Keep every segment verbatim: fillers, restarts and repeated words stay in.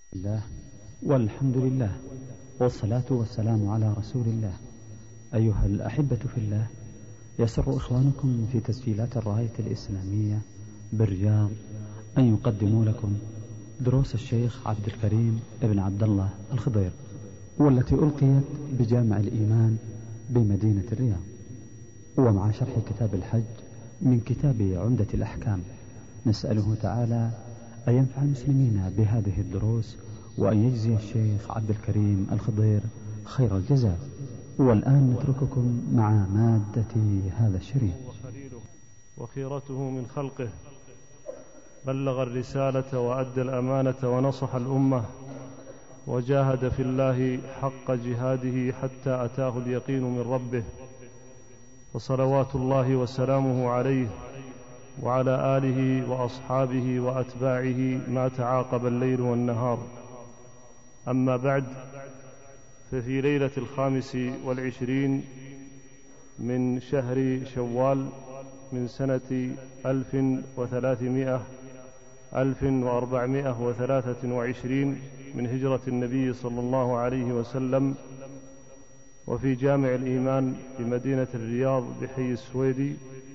الله والحمد لله والصلاة والسلام على رسول الله. أيها الأحبة في الله، يسر إخوانكم في تسجيلات الراية الإسلامية بالرياض أن يقدموا لكم دروس الشيخ عبد الكريم ابن عبد الله الخضير، والتي ألقيت بجامع الإيمان بمدينة الرياض، ومع شرح كتاب الحج من كتاب عمدة الأحكام. نسأله تعالى أن ينفع المسلمين بهذه الدروس وأن يجزي الشيخ عبد الكريم الخضير خير الجزاء. والآن نترككم مع مادة هذا الشريط. وخيرته من خلقه، بلغ الرسالة وأدى الأمانة ونصح الأمة، وجاهد في الله حق جهاده حتى أتاه اليقين من ربه، وصلوات الله وسلامه عليه وعلى آله وأصحابه وأتباعه ما تعاقب الليل والنهار. أما بعد، ففي ليلة الخامس والعشرين من شهر شوال من سنة ألف وثلاثمائة ألف وأربعمائة وثلاثة وعشرين من هجرة النبي صلى الله عليه وسلم، وفي جامع الإيمان بمدينة الرياض بحي السويدي،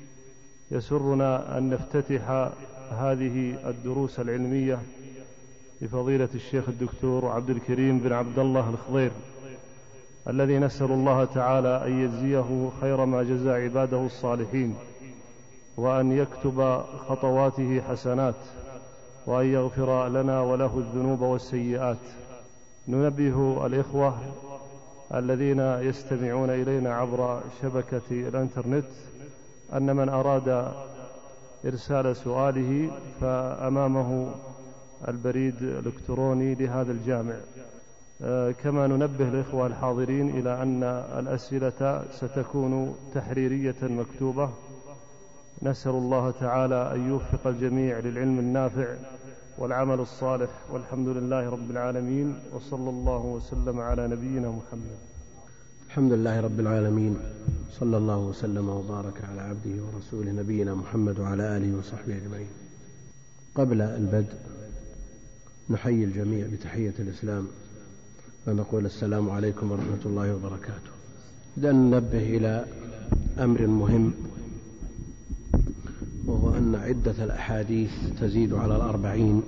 يسرنا أن نفتتح هذه الدروس العلمية لفضيلة الشيخ الدكتور عبد الكريم بن عبد الله الخضير، الذي نسأل الله تعالى أن يجزيه خير ما جزى عباده الصالحين، وأن يكتب خطواته حسنات، وأن يغفر لنا وله الذنوب والسيئات. ننبه الإخوة الذين يستمعون إلينا عبر شبكة الانترنت أن من أراد إرسال سؤاله فأمامه البريد الإلكتروني لهذا الجامع. آه كما ننبه الإخوة الحاضرين إلى أن الأسئلة ستكون تحريرية مكتوبة. نسأل الله تعالى أن يوفق الجميع للعلم النافع والعمل الصالح، والحمد لله رب العالمين، وصلى الله وسلم على نبينا محمد. الحمد لله رب العالمين، صلى الله وسلم وبارك على عبده ورسوله نبينا محمد وعلى آله وصحبه أجمعين. قبل البدء نحيي الجميع بتحية الإسلام ونقول السلام عليكم ورحمة الله وبركاته. بدأ ننبه إلى أمر مهم، وهو أن عدة الأحاديث تزيد على الأربعين،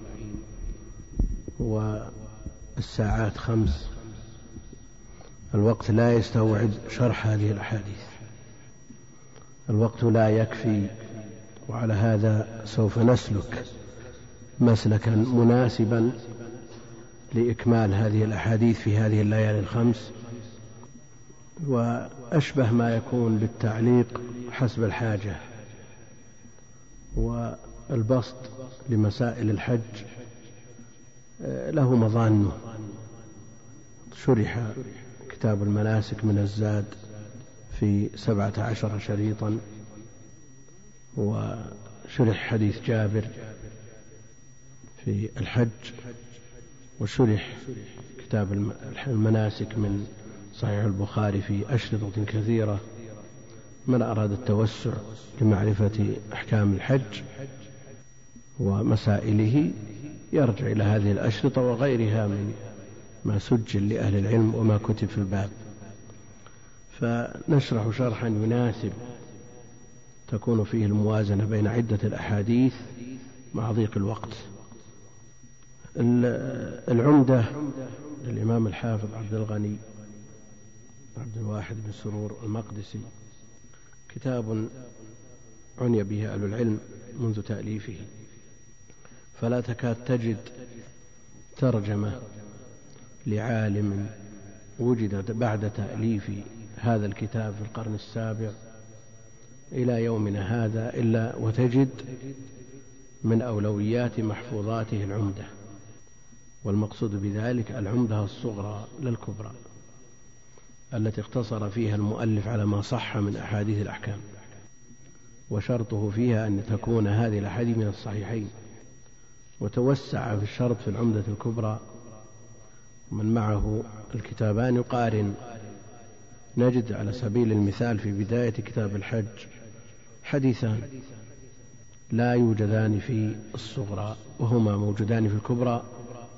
والساعات خمس. الوقت لا يستوعب شرح هذه الأحاديث، الوقت لا يكفي، وعلى هذا سوف نسلك مسلكا مناسبا لإكمال هذه الأحاديث في هذه الليالي الخمس، وأشبه ما يكون بالتعليق حسب الحاجة، والبسط لمسائل الحج له مظانه. شرح كتاب المناسك من الزاد في سبعة عشر شريطا، وشرح حديث جابر في الحج، وشرح كتاب المناسك من صحيح البخاري في أشرطة كثيرة. من أراد التوسع لمعرفة أحكام الحج ومسائله يرجع إلى هذه الأشرطة وغيرها من ما سجل لأهل العلم وما كتب في الباب. فنشرح شرحا يناسب تكون فيه الموازنة بين عدة الأحاديث مع ضيق الوقت. العمدة للإمام الحافظ عبد الغني عبد الواحد بن سرور المقدسي كتاب عني به أهل العلم منذ تأليفه، فلا تكاد تجد ترجمة لعالم وجد بعد تأليف هذا الكتاب في القرن السابع إلى يومنا هذا إلا وتجد من أولويات محفوظاته العمدة، والمقصود بذلك العمدة الصغرى للكبرى التي اختصر فيها المؤلف على ما صح من أحاديث الأحكام، وشرطه فيها أن تكون هذه الأحاديث من الصحيحين. وتوسع في الشرط في العمدة الكبرى، من معه الكتابان يقارن، نجد على سبيل المثال في بداية كتاب الحج حديثان لا يوجدان في الصغرى وهما موجودان في الكبرى.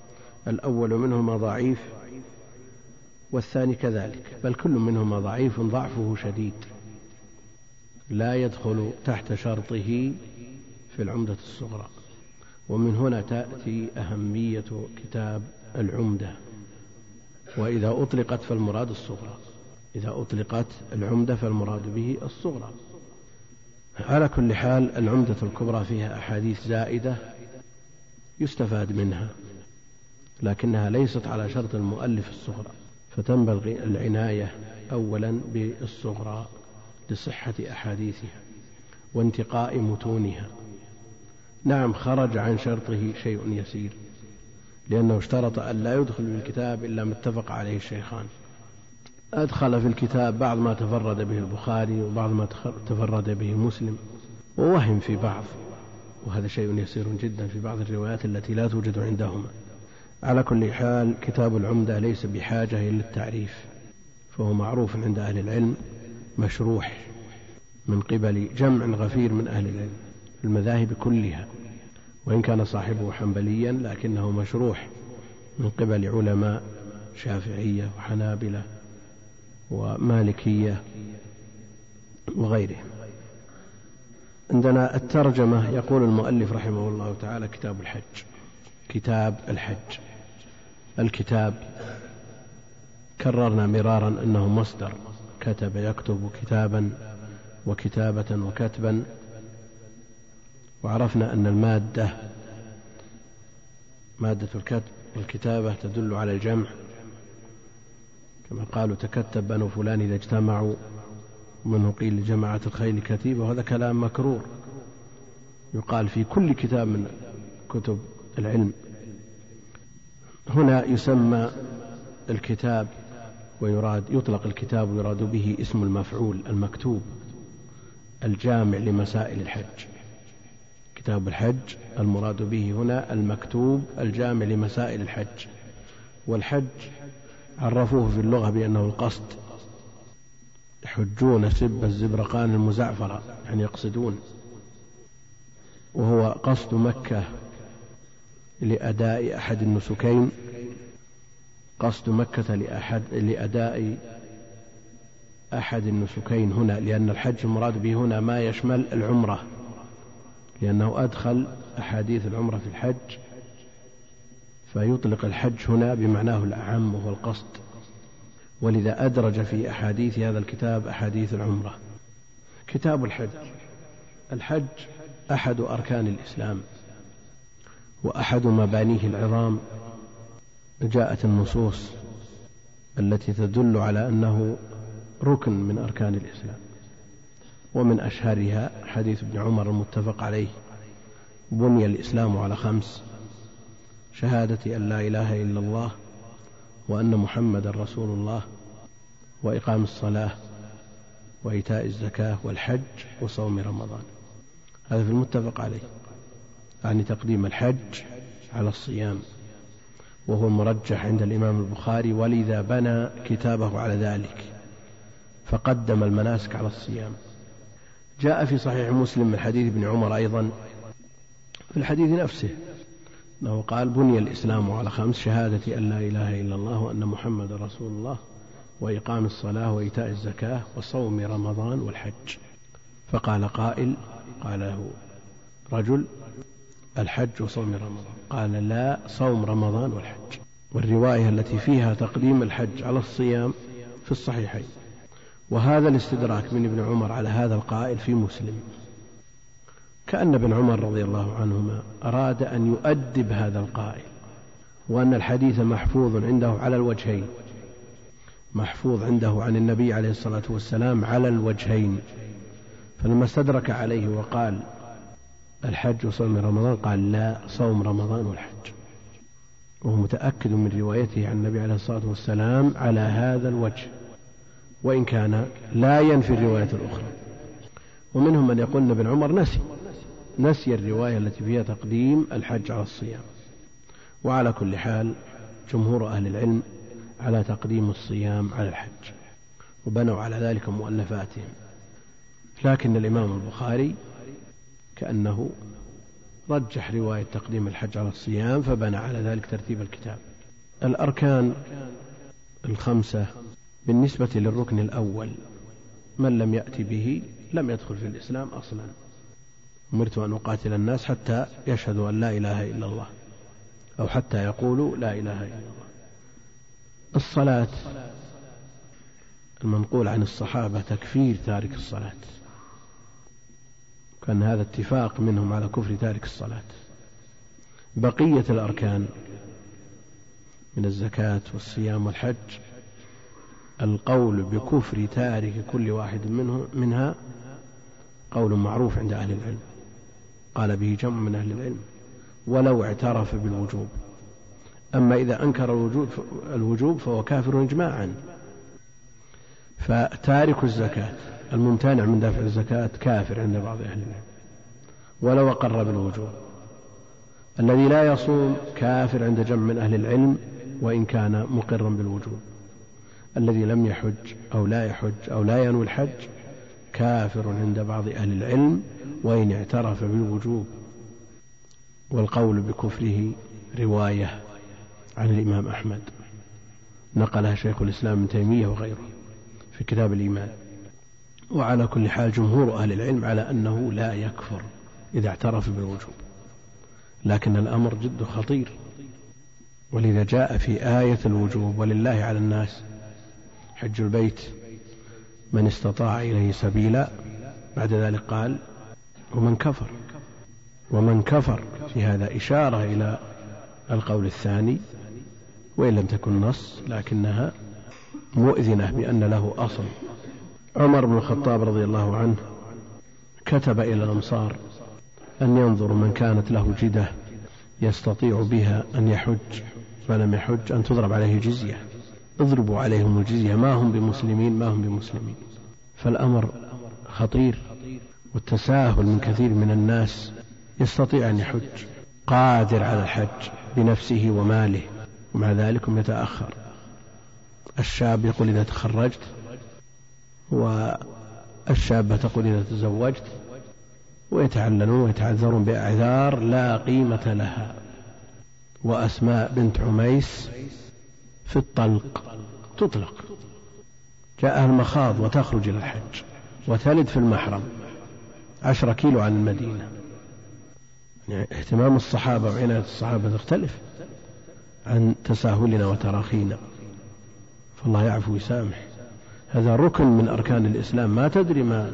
الأول منهما ضعيف والثاني كذلك، بل كل منهما ضعيف ضعفه شديد لا يدخل تحت شرطه في العمدة الصغرى. ومن هنا تأتي أهمية كتاب العمدة. وإذا أطلقت فالمراد الصغرى، إذا أطلقت العمدة فالمراد به الصغرى. على كل حال العمدة الكبرى فيها أحاديث زائدة يستفاد منها، لكنها ليست على شرط المؤلف الصغرى، فتنبغي العناية أولا بالصغرى لصحة أحاديثها وانتقاء متونها. نعم خرج عن شرطه شيء يسير، لأنه اشترط أن لا يدخل في الكتاب إلا ما اتفق عليه الشيخان. أدخل في الكتاب بعض ما تفرد به البخاري وبعض ما تفرد به مسلم، ووهم في بعض، وهذا شيء يسير جدا في بعض الروايات التي لا توجد عندهما. على كل حال كتاب العمدة ليس بحاجة إلى التعريف، فهو معروف عند أهل العلم، مشروح من قبل جمع غفير من أهل العلم المذاهب كلها، وإن كان صاحبه حنبليا لكنه مشروح من قبل علماء شافعية وحنابلة ومالكية وغيرهم. عندنا الترجمة. يقول المؤلف رحمه الله تعالى: كتاب الحج. كتاب الحج. الكتاب كررنا مرارا أنه مصدر، كتب يكتب كتابا وكتابة وكتبا، وعرفنا أن المادة مادة الكتب والكتابة تدل على الجمع، كما قالوا تكتب بنو فلان إذا اجتمعوا، ومنه قيل جماعة الخيل كتيبة، وهذا كلام مكرور يقال في كل كتاب من كتب العلم. هنا يسمى الكتاب ويراد يطلق الكتاب ويراد به اسم المفعول المكتوب الجامع لمسائل الحج. كتاب الحج المراد به هنا المكتوب الجامع لمسائل الحج. والحج عرفوه في اللغة بأنه القصد، يحجون سب الزبرقان المزعفرة، يعني يقصدون، وهو قصد مكة لأداء أحد النسكين، قصد مكة لأحد لأداء أحد النسكين هنا، لأن الحج المراد به هنا ما يشمل العمرة، لأنه أدخل أحاديث العمرة في الحج، فيطلق الحج هنا بمعناه الأعم وهو القصد، ولذا أدرج في أحاديث هذا الكتاب أحاديث العمرة. كتاب الحج. الحج أحد أركان الإسلام وأحد مبانيه العظام. جاءت النصوص التي تدل على أنه ركن من أركان الإسلام، ومن أشهرها حديث ابن عمر المتفق عليه: بني الإسلام على خمس: شهادة أن لا إله إلا الله وأن محمد رسول الله، وإقام الصلاة، وإيتاء الزكاة، والحج، وصوم رمضان. هذا في المتفق عليه، يعني تقديم الحج على الصيام، وهو المرجح عند الإمام البخاري، ولذا بنى كتابه على ذلك فقدم المناسك على الصيام. جاء في صحيح مسلم من حديث ابن عمر أيضا في الحديث نفسه أنه قال: بني الإسلام على خمس: شهادة أن لا إله إلا الله وأن محمد رسول الله، وإقام الصلاة، وإيتاء الزكاة، وصوم رمضان، والحج. فقال قائل، قال له رجل: الحج وصوم رمضان؟ قال: لا، صوم رمضان والحج. والرواية التي فيها تقديم الحج على الصيام في الصحيحين. وهذا الاستدراك من ابن عمر على هذا القائل في مسلم، كأن ابن عمر رضي الله عنهما أراد أن يؤدب هذا القائل، وأن الحديث محفوظ عنده على الوجهين، محفوظ عنده عن النبي عليه الصلاة والسلام على الوجهين. فلما استدرك عليه وقال الحج وصوم رمضان قال: لا، صوم رمضان والحج، وهو متأكد من روايته عن النبي عليه الصلاة والسلام على هذا الوجه، وإن كان لا ينفي الرواية الأخرى. ومنهم من يقول أن ابن عمر نسي نسي الرواية التي فيها تقديم الحج على الصيام. وعلى كل حال جمهور أهل العلم على تقديم الصيام على الحج، وبنوا على ذلك مؤلفاتهم. لكن الإمام البخاري كأنه رجح رواية تقديم الحج على الصيام، فبنى على ذلك ترتيب الكتاب. الأركان الخمسة بالنسبة للركن الأول من لم يأتي به لم يدخل في الإسلام أصلا. أمرت أن أقاتل الناس حتى يشهدوا أن لا إله إلا الله أو حتى يقولوا لا إله إلا الله. الصلاة المنقول عن الصحابة تكفير تارك الصلاة، كان هذا اتفاق منهم على كفر تارك الصلاة. بقية الأركان من الزكاة والصيام والحج القول بكفر تارك كل واحد منه منها قول معروف عند أهل العلم، قال به جمع من أهل العلم ولو اعترف بالوجوب. أما إذا أنكر الوجوب, الوجوب فهو كافر إجماعا. فتارك الزكاة الممتنع من دفع الزكاة كافر عند بعض أهل العلم ولو أقر بالوجوب. الذي لا يصوم كافر عند جمع من أهل العلم وإن كان مقرا بالوجوب. الذي لم يحج أو لا يحج أو لا ينوي الحج كافر عند بعض أهل العلم وإن اعترف بالوجوب. والقول بكفره رواية عن الإمام أحمد نقلها شيخ الإسلام ابن تيمية وغيره في كتاب الإيمان. وعلى كل حال جمهور أهل العلم على أنه لا يكفر إذا اعترف بالوجوب، لكن الأمر جد خطير. ولذا جاء في آية الوجوب ولله على الناس حج البيت من استطاع إليه سبيلا، بعد ذلك قال ومن كفر. ومن كفر في هذا إشارة إلى القول الثاني وإن لم تكن نص لكنها مؤذنة بأن له أصل. عمر بن الخطاب رضي الله عنه كتب إلى الأمصار أن ينظر من كانت له جدة يستطيع بها أن يحج فلم يحج أن تضرب عليه جزية، اضربوا عليهم الجزية، ما هم بمسلمين ما هم بمسلمين. فالأمر خطير، والتساهل من كثير من الناس يستطيع أن يحج قادر على الحج بنفسه وماله ومع ذلك يتأخر. الشاب يقول إذا تخرجت، والشابة تقول إذا تزوجت، ويتعللون ويتعذرون بأعذار لا قيمة لها. وأسماء بنت عميس في الطلق تطلق، جاءها المخاض وتخرج إلى الحج وتلد في المحرم عشرة كيلو عن المدينة. يعني اهتمام الصحابة وعناية الصحابة تختلف عن تساهلنا وتراخينا، فالله يعفو ويسامح. هذا ركن من أركان الإسلام، ما تدري ما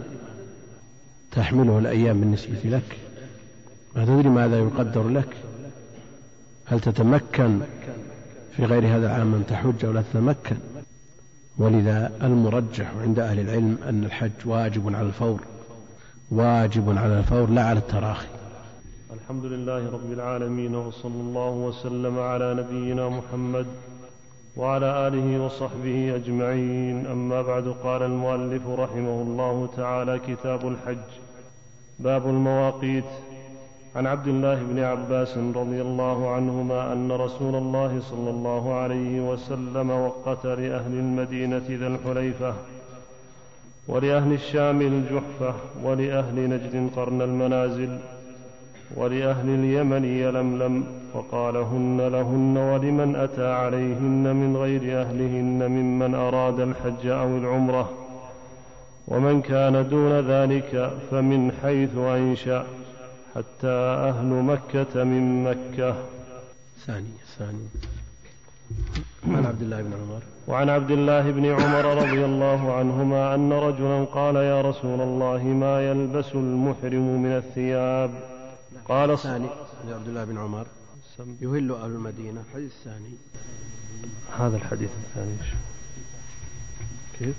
تحمله الأيام بالنسبة لك، ما تدري ماذا يقدر لك. هل تتمكن في غير هذا العام أن تحج أو لا تتمكن؟ ولذا المرجح عند أهل العلم أن الحج واجب على الفور، واجب على الفور لا على التراخي. الحمد لله رب العالمين، وصلى الله وسلم على نبينا محمد وعلى آله وصحبه أجمعين. أما بعد، قال المؤلف رحمه الله تعالى: كتاب الحج. باب المواقيت. عن عبد الله بن عباس رضي الله عنهما أن رسول الله صلى الله عليه وسلم وقت لأهل المدينة ذا الحليفة، ولأهل الشام الجحفة، ولأهل نجد قرن المنازل، ولأهل اليمن يلملم، وقال: هن لهن ولمن أتى عليهن من غير أهلهن ممن أراد الحج أو العمرة، ومن كان دون ذلك فمن حيث أنشأ، حتى أهل مكة من مكة. ثاني ثاني عن عبد الله بن عمر وعن عبد الله بن عمر رضي الله عنهما أن رجلا قال: يا رسول الله، ما يلبس المحرم من الثياب؟ قال: الثاني عبد الله بن عمر يهل أهل المدينة. الحديث الثاني هذا الحديث الثاني كيف؟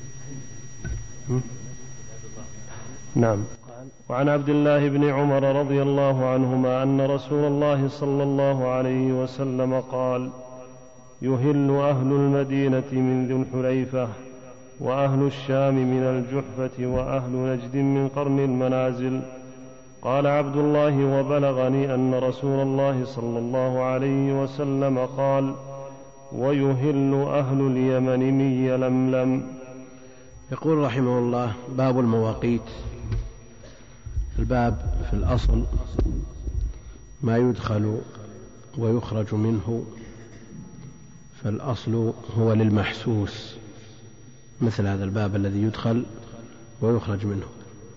نعم. وعن عبد الله بن عمر رضي الله عنهما أن رسول الله صلى الله عليه وسلم قال: يهل أهل المدينة من ذي الحليفة، وأهل الشام من الجحفة، وأهل نجد من قرن المنازل. قال عبد الله: وبلغني أن رسول الله صلى الله عليه وسلم قال: ويهل أهل اليمن من يلملم. يقول رحمه الله: باب المواقيت. الباب في الأصل ما يدخل ويخرج منه في فالأصل هو للمحسوس، مثل هذا الباب الذي يدخل ويخرج منه،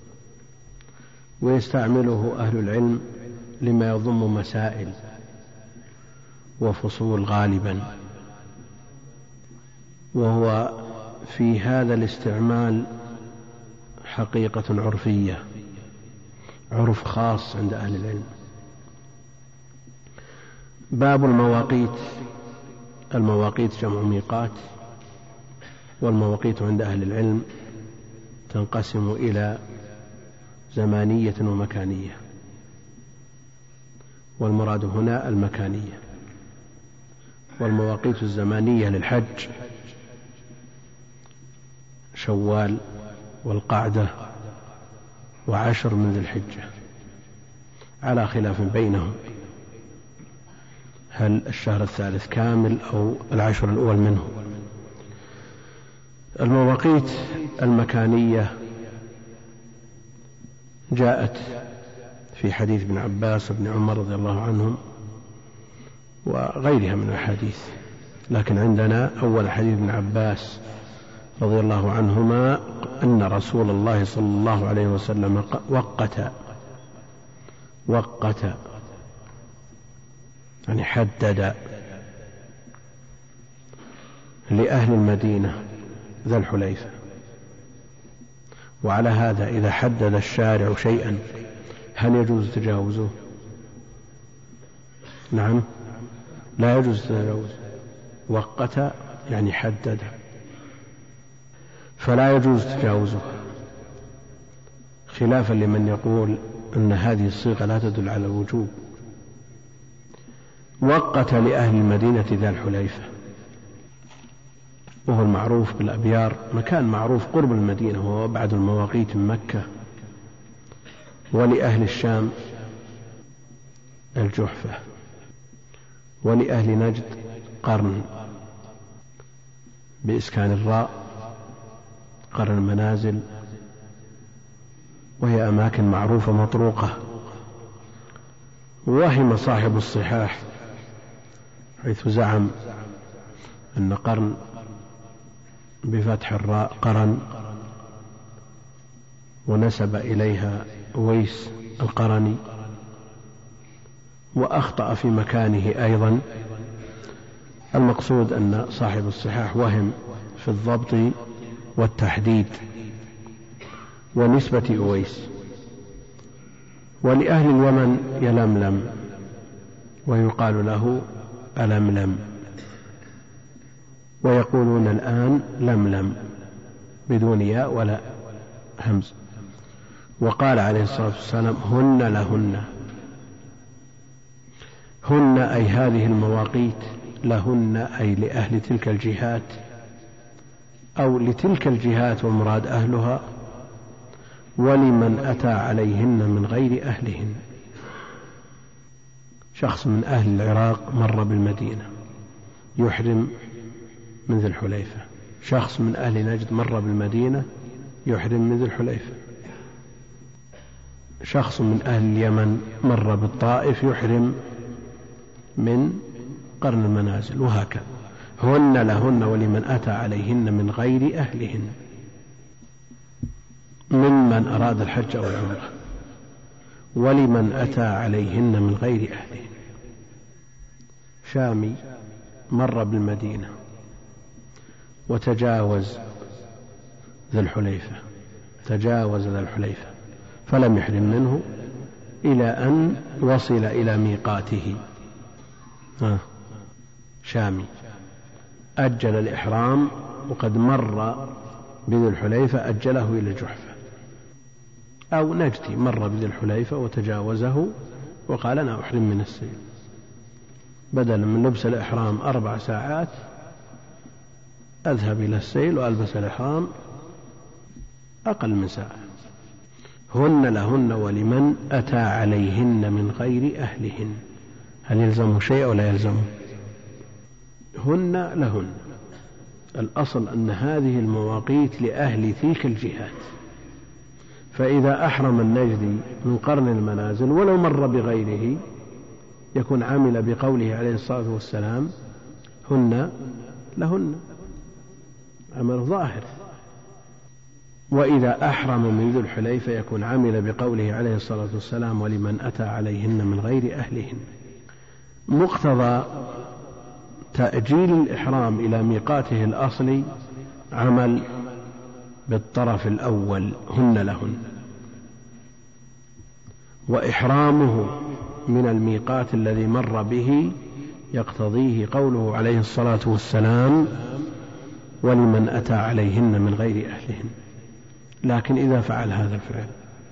ويستعمله أهل العلم لما يضم مسائل وفصول غالبا، وهو في هذا الاستعمال حقيقة عرفية، عرف خاص عند أهل العلم. باب المواقيت. المواقيت جمع ميقات، والمواقيت عند أهل العلم تنقسم إلى زمانية ومكانية، والمراد هنا المكانية. والمواقيت الزمانية للحج شوال والقعدة وعشر من ذي الحجة، على خلاف بينهم، هل الشهر الثالث كامل أو العشر الأول منه. المواقيت المكانية جاءت في حديث ابن عباس وابن عمر رضي الله عنهم وغيرها من الحديث، لكن عندنا أول حديث ابن عباس رضي الله عنهما أن رسول الله صلى الله عليه وسلم وقت وقت يعني حدد لأهل المدينة ذا الحليفة. وعلى هذا إذا حدد الشارع شيئا هل يجوز تجاوزه؟ نعم، لا يجوز تجاوزه. وقت يعني حدد، فلا يجوز تجاوزه، خلافا لمن يقول أن هذه الصيغة لا تدل على الوجوب. وقت لأهل المدينة ذا الحليفة، وهو المعروف بالأبيار، مكان معروف قرب المدينة وهو بعد المواقيت من مكة. ولأهل الشام الجحفة، ولأهل نجد قرن بإسكان الراء، قرن المنازل، وهي أماكن معروفة مطروقة. وهم صاحب الصحاح حيث زعم أن قرن بفتح الراء قرن، ونسب إليها ويس القرني، وأخطأ في مكانه أيضا. المقصود أن صاحب الصحاح وهم في الضبط والتحديد ونسبة أويس. ولأهل اليمن يلملم ويقال له ألملم، ويقولون الآن لملم بدون ياء ولا همز. وقال عليه الصلاة والسلام هن لهن، هن أي هذه المواقيت، لهن أي لأهل تلك الجهات أو لتلك الجهات ومراد أهلها، ولمن أتى عليهن من غير أهلهن. شخص من أهل العراق مر بالمدينة يحرم من ذي الحليفة، شخص من أهل نجد مر بالمدينة يحرم من ذي الحليفة، شخص من أهل اليمن مر بالطائف يحرم من قرن المنازل، وهكذا. هن لهن ولمن أتى عليهن من غير أهلهن، ممن أراد الحج أو العمرة، ولمن أتى عليهن من غير أهلهن. شامي مر بالمدينة وتجاوز ذا الحليفة، تجاوز ذا الحليفة فلم يحرم منه إلى أن وصل إلى ميقاته. آه. شامي أجل الإحرام وقد مر بذي الحليفة أجله إلى الجحفة. أو نجدي مر بذي الحليفة وتجاوزه وقال أنا أحرم من السيل، بدلا من لبس الإحرام أربع ساعات أذهب إلى السيل وألبس الإحرام أقل من ساعة. هن لهن ولمن أتى عليهن من غير أهلهن. هل يلزمه شيء أو لا يلزمه؟ هن لهن، الأصل أن هذه المواقيت لأهل تلك الجهات، فإذا أحرم النجدي من قرن المنازل ولو مر بغيره يكون عامل بقوله عليه الصلاة والسلام هن لهن، عمل ظاهر. وإذا أحرم من ذو الحليفة يكون عمل بقوله عليه الصلاة والسلام ولمن أتى عليهن من غير أهلهن. مقتضى تأجيل الإحرام إلى ميقاته الأصلي عمل بالطرف الأول هن لهن، وإحرامه من الميقات الذي مر به يقتضيه قوله عليه الصلاة والسلام ولمن أتى عليهن من غير أهلهن. لكن إذا فعل هذا الفعل،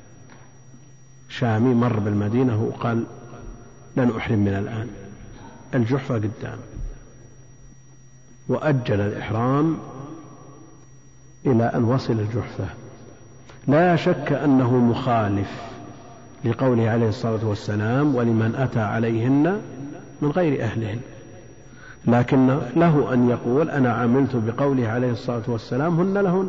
شامي مر بالمدينة وقال لن أحرم من الآن، الجحفة قدام، وأجل الإحرام إلى أن وصل الجحفة، لا شك أنه مخالف لقوله عليه الصلاة والسلام ولمن أتى عليهن من غير أهلهن، لكن له أن يقول أنا عملت بقوله عليه الصلاة والسلام هن لهن.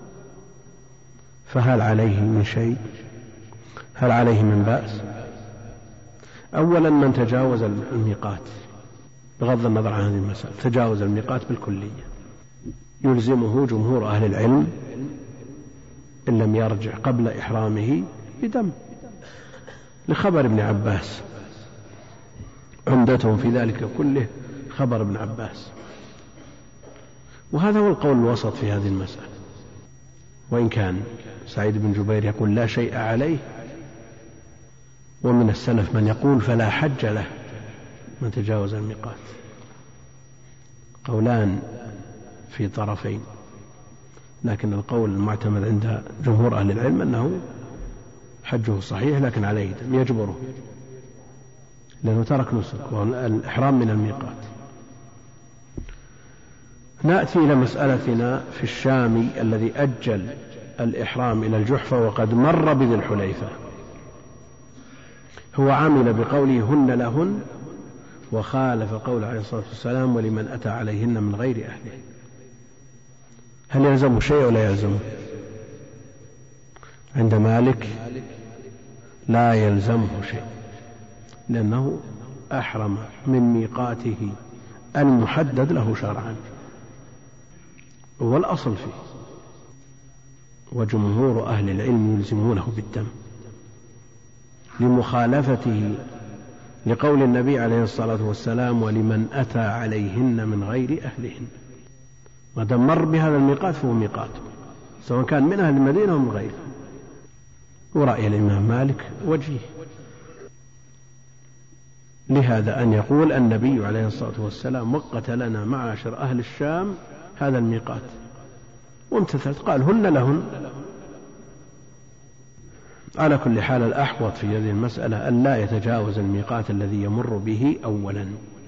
فهل عليه من شيء؟ هل عليه من بأس؟ أولا من تجاوز الميقات بغض النظر عن هذه المسألة، تجاوز الميقات بالكلية، يلزمه جمهور أهل العلم إن لم يرجع قبل إحرامه بدم، لخبر ابن عباس، عمدتهم في ذلك كله خبر ابن عباس. وهذا هو القول الوسط في هذه المسألة، وإن كان سعيد بن جبير يقول لا شيء عليه، ومن السلف من يقول فلا حج له من تجاوز الميقات. قولان في طرفين، لكن القول المعتمد عند جمهور أهل العلم أنه حجه صحيح لكن عليه دم يجبره، لأنه ترك نسك والإحرام من الميقات. نأتي إلى مسألتنا في الشامي الذي أجل الإحرام إلى الجحفة وقد مر بذي الحليفة. هو عمل بقوله هن لهن وخالف قول عليه الصلاة والسلام ولمن أتى عليهن من غير أهله. هل يلزمه شيء ولا يلزمه؟ عند مالك لا يلزمه شيء، لأنه أحرم من ميقاته المحدد له شرعا، هو الأصل فيه. وجمهور أهل العلم يلزمونه بالدم لمخالفته لقول النبي عليه الصلاة والسلام ولمن أتى عليهن من غير أهلهن. ما دام مر بهذا الميقات فهو ميقاته، سواء كان من أهل المدينة أو من غيره. ورأي الإمام مالك وجيه لهذا أن يقول النبي عليه الصلاة والسلام وقت لنا معاشر أهل الشام هذا الميقات وامتثلت، قال هن لهن. على كل حال الأحوط في هذه المسألة أن لا يتجاوز الميقات الذي يمر به أولا.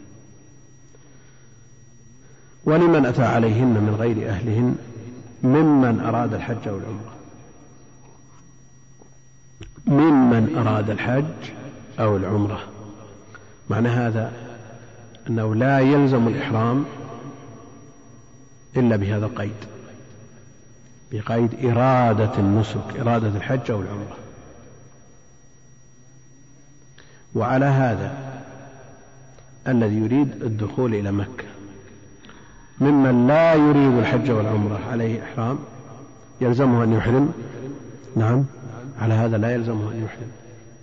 ولمن أتى عليهن من غير أهلهن ممن أراد الحج أو العمرة، ممن أراد الحج أو العمرة. معنى هذا أنه لا يلزم الإحرام إلا بهذا القيد، بقيد إرادة النسك، إرادة الحج أو العمرة. وعلى هذا الذي يريد الدخول إلى مكة ممن لا يريد الحج والعمرة عليه إحرام يلزمه أن يحرم؟ نعم، على هذا لا يلزمه أن يحرم.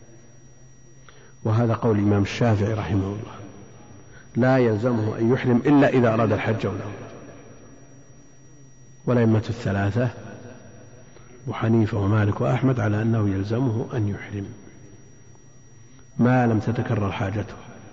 وهذا قول الإمام الشافعي رحمه الله، لا يلزمه أن يحرم إلا إذا أراد الحج والعمرة. والأئمة الثلاثة وحنيفة ومالك وأحمد على أنه يلزمه أن يحرم ما لم تتكرر حاجته.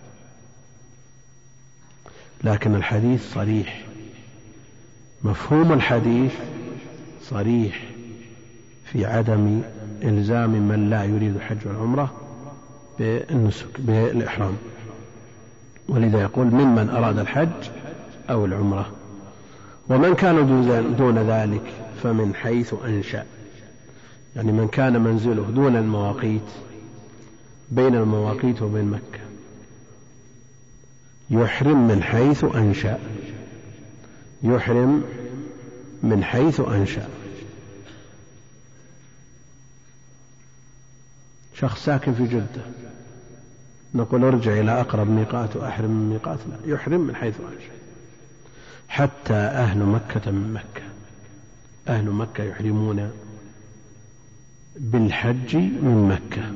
لكن الحديث صريح، مفهوم الحديث صريح في عدم إلزام من لا يريد الحج والعمرة بالنسك بالإحرام، ولذا يقول ممن أراد الحج أو العمرة. ومن كان دون ذلك فمن حيث أنشأ، يعني من كان منزله دون المواقيت بين المواقيت وبين مكة يحرم من حيث أنشأ، يحرم من حيث أنشأ. شخص ساكن في جدة نقول ارجع إلى أقرب ميقات وأحرم من ميقات؟ لا، يحرم من حيث أنشأ. حتى أهل مكة من مكة. أهل مكة يحرمون بالحج من مكة.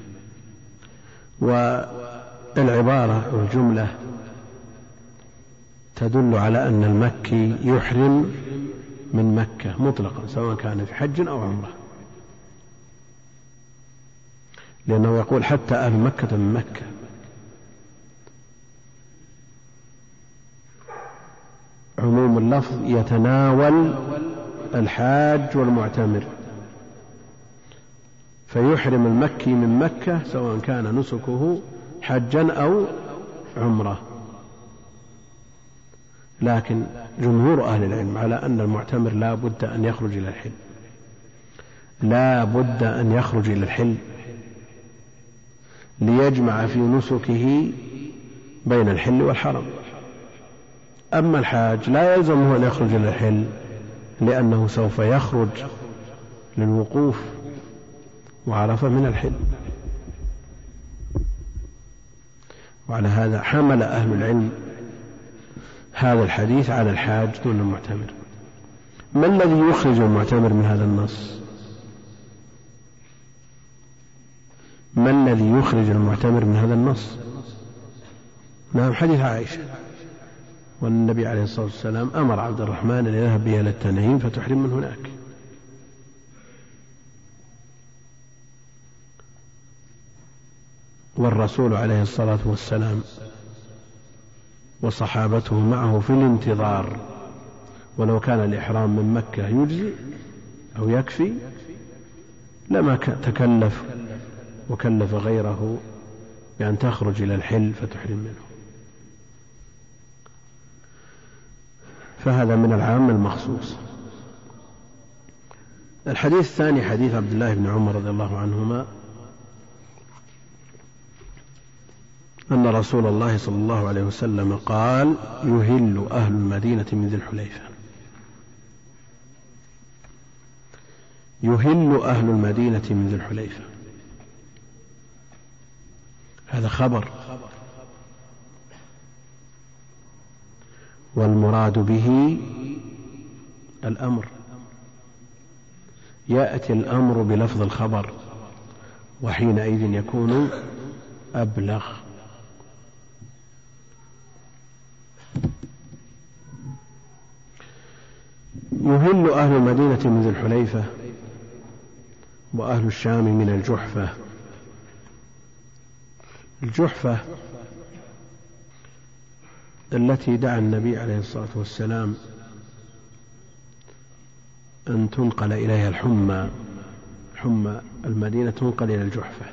والعبارة والجملة تدل على أن المكي يحرم من مكة مطلقا سواء كان في حج أو عمرة، لأنه يقول حتى أهل مكة من مكة. عموم اللفظ يتناول الحاج والمعتمر، فيحرم المكي من مكة سواء كان نسكه حجا أو عمرة. لكن جمهور أهل العلم على أن المعتمر لا بد أن يخرج إلى الحل، لا بد أن يخرج إلى الحل ليجمع في نسكه بين الحل والحرم. أما الحاج لا يلزمه أن يخرج إلى الحل، لأنه سوف يخرج للوقوف وعرفة من الحل. وعلى هذا حمل أهل العلم هذا الحديث على الحاج دون المعتمر. ما الذي يخرج المعتمر من هذا النص؟ ما الذي يخرج المعتمر من هذا النص؟ نعم، حديث عائشة، والنبي عليه الصلاة والسلام أمر عبد الرحمن أن يذهب بها إلى التنعيم فتحرم من هناك. والرسول عليه الصلاة والسلام وصحابته معه في الانتظار، ولو كان الإحرام من مكة يجزي أو يكفي لما تكلف وكلف غيره بأن تخرج إلى الحل فتحرم منه. فهذا من العام المخصوص. الحديث الثاني حديث عبد الله بن عمر رضي الله عنهما أن رسول الله صلى الله عليه وسلم قال: يهل أهل المدينة من ذي الحليفة. يهل أهل المدينة من ذي الحليفة، هذا خبر، والمراد به الأمر. يأتي الأمر بلفظ الخبر، وحينئذ يكون أبلغ. يهل أهل المدينة من ذي الحليفة، وأهل الشام من الجحفة. الجحفة التي دعا النبي عليه الصلاة والسلام أن تنقل إليها الحمى، حمى المدينة تنقل إلى الجحفة.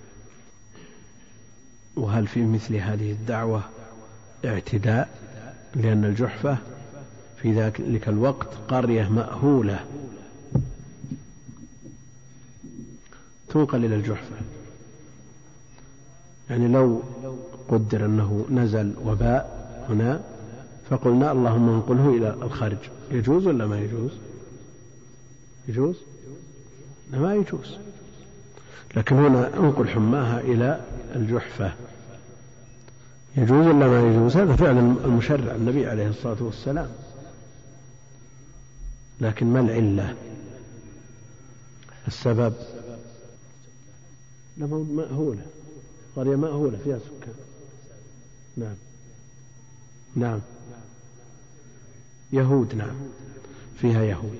وهل في مثل هذه الدعوة اعتداء؟ لأن الجحفة في ذلك الوقت قرية مأهولة تنقل إلى الجحفة. يعني لو قدر أنه نزل وباء هنا فقلنا اللهم انقله إلى الخارج، يجوز ولا ما يجوز؟ يجوز؟ ما يجوز. لكن هنا انقل حماها إلى الجحفة، يجوز ولا ما يجوز؟ هذا فعل المشرع النبي عليه الصلاة والسلام. لكن ما العلة؟ السبب لما مأهولة، قرية مأهولة فيها سكان. نعم نعم يهود، نعم فيها يهود.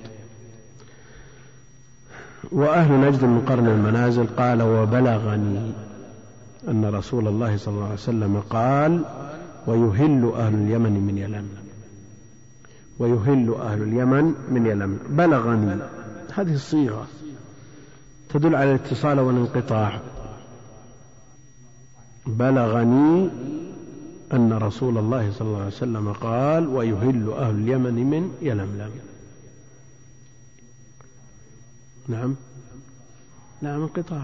وأهل نجد من قرن المنازل. قال: وبلغني أن رسول الله صلى الله عليه وسلم قال: ويهل أهل اليمن من يلملم. ويهل أهل اليمن من يلملم. بلغني هذه الصيغة تدل على الاتصال والانقطاع. بلغني أن رسول الله صلى الله عليه وسلم قال: ويهل أهل اليمن من يلملم. نعم نعم انقطاع.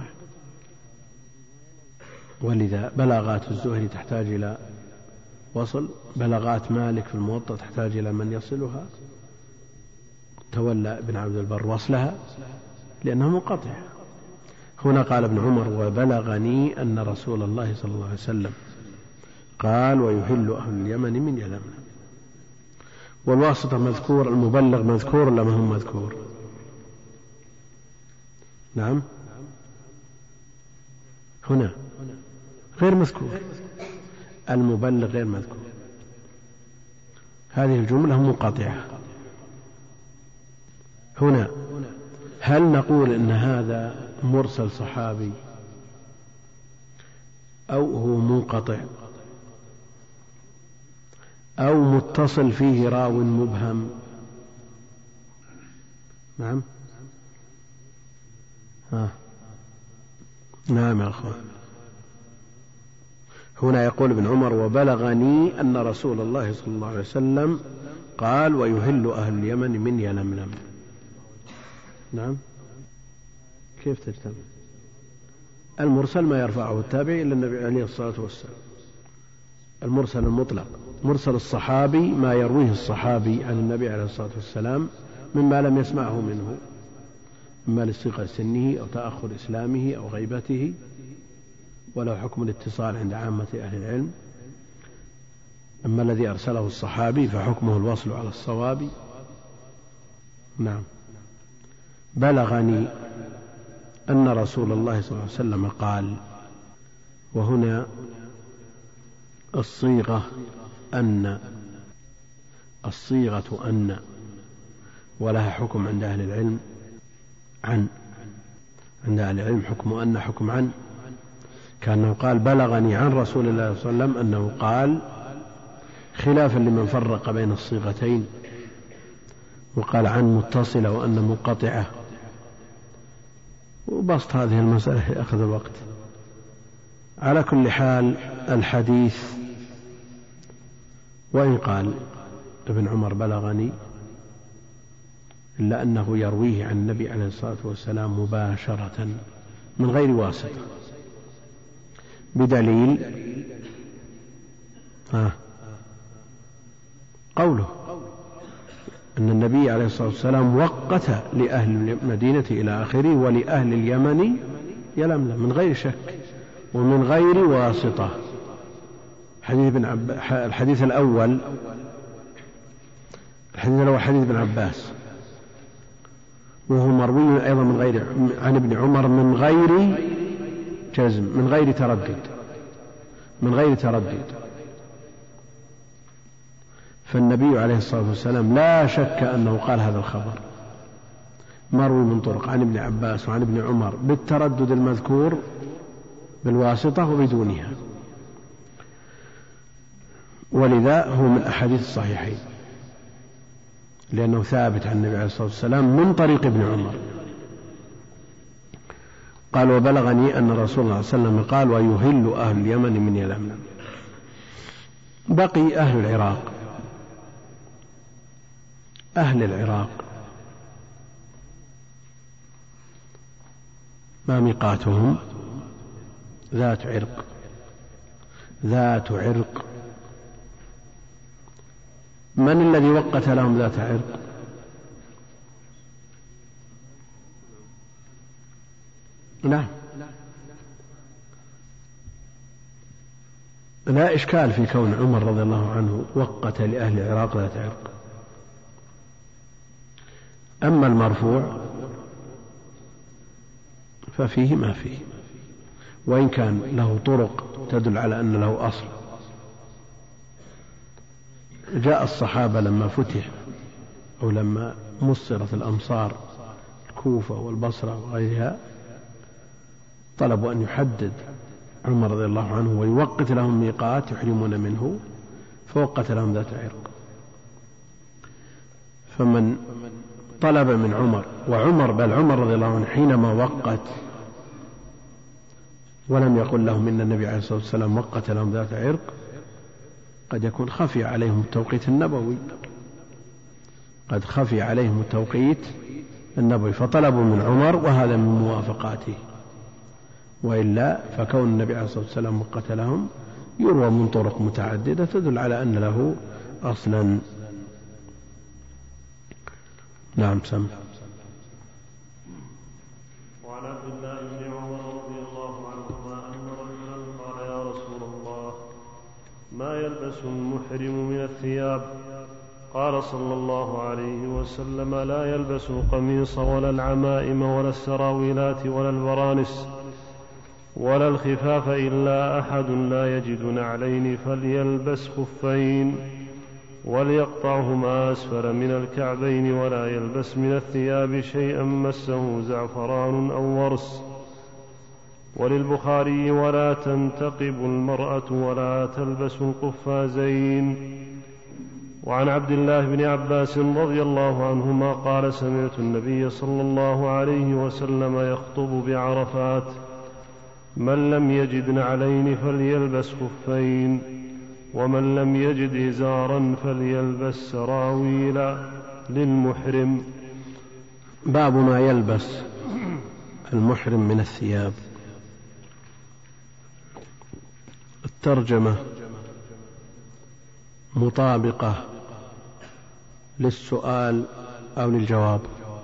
ولذا بلاغات الزهري تحتاج إلى وصل، بلاغات مالك في الموطأ تحتاج إلى من يصلها. تولى ابن عبد البر وصلها لأنه منقطع. هنا قال ابن عمر: وبلغني أن رسول الله صلى الله عليه وسلم قال: ويهل أهل اليمن من يلملم. والواسطة مذكور، المبلغ مذكور ولا ما هو مذكور؟ نعم هنا غير مذكور، المبلغ غير مذكور. هذه الجملة منقطعة. هنا هل نقول إن هذا مرسل صحابي أو هو منقطع أو متصل فيه راو مبهم؟ نعم ها. نعم يا أخوان. هنا يقول ابن عمر: وبلغني أن رسول الله صلى الله عليه وسلم قال: ويهل أهل اليمن من يلملم. نعم كيف تجتمع؟ المرسل ما يرفعه التابعي إلا النبي عليه الصلاة والسلام، المرسل المطلق. مرسل الصحابي ما يرويه الصحابي عن النبي عليه الصلاة والسلام مما لم يسمعه منه، إما لصغر سنه أو تأخر إسلامه أو غيبته، وله حكم الاتصال عند عامة أهل العلم. أما الذي أرسله الصحابي فحكمه الوصل على الصواب. نعم. بلغني أن رسول الله صلى الله عليه وسلم قال، وهنا الصيغة أن، الصيغة أن، ولها حكم عند أهل العلم عن، عند أهل العلم حكم أن حكم عن، كأنه قال: بلغني عن رسول الله صلى الله عليه وسلم أنه قال، خلافا لمن فرق بين الصيغتين وقال عن متصلة وأن منقطعة. وبسط هذه المسألة يأخذ الوقت. على كل حال الحديث وإن قال ابن عمر بلغني إلا أنه يرويه عن النبي عليه الصلاة والسلام مباشرة من غير واسطة، بدليل ها قوله أن النبي عليه الصلاة والسلام وقت لأهل المدينة إلى آخره ولأهل اليمن يلملم من غير شك ومن غير واسطة. حديث بن عب... الحديث الأول الحديث الأول حديث ابن عباس، وهو مروي أيضا من غير عن ابن عمر من غير جزم، من غير تردد، من غير تردد. فالنبي عليه الصلاة والسلام لا شك أنه قال هذا الخبر مروي من طرق عن ابن عباس وعن ابن عمر بالتردد المذكور بالواسطة وبدونها، ولذا هو من أحاديث الصحيحين لأنه ثابت عن النبي عليه الصلاة والسلام من طريق ابن عمر. قال: وبلغني أن رسول الله صلى الله عليه وسلم قال: ويهل أهل اليمن من يلملم. بقي أهل العراق. أهل العراق ما ميقاتهم؟ ذات عرق. ذات عرق. من الذي وقت لهم ذات عرق؟ نعم لا إشكال في كون عمر رضي الله عنه وقت لأهل العراق ذات عرق. أما المرفوع ففيه ما فيه، وإن كان له طرق تدل على أن له أصل. جاء الصحابة لما فتح أو لما مصرت الأمصار الكوفة والبصرة وغيرها طلبوا أن يحدد عمر رضي الله عنه ويوقت لهم ميقات يحرمون منه، فوقت لهم ذات عرق. فمن طلب من عمر، وعمر بل عمر رضي الله عنه حينما وقت ولم يقل لهم إن النبي عليه الصلاة والسلام وقت لهم ذات عرق، قد يكون خفي عليهم التوقيت النبوي، قد خفي عليهم التوقيت النبوي فطلبوا من عمر، وهذا من موافقاته. وإلا فكون النبي عليه الصلاة والسلام وقت لهم يروى من طرق متعددة تدل على أن له أصلا. نعم سم. وعن عبد الله بن عمر رضي الله عنهما أن رجلا قال: يا رسول الله، ما يلبس المحرم من الثياب؟ قال صلى الله عليه وسلم: لا يلبس القميص ولا العمائم ولا السراويلات ولا البرانس ولا الخفاف إلا أحد لا يجد نعلين فليلبس خفين وليقطعهما أسفل من الكعبين ولا يلبس من الثياب شيئا مسه زعفران أو ورس. وللبخاري: ولا تنتقب المرأة ولا تلبس القفازين. وعن عبد الله بن عباس رضي الله عنهما قال: سمعت النبي صلى الله عليه وسلم يخطب بعرفات: من لم يجد نعلين فليلبس خفين، ومن لم يجد إزارا فليلبس سراويل للمحرم. باب ما يلبس المحرم من الثياب. الترجمة مطابقة للسؤال أو للجواب.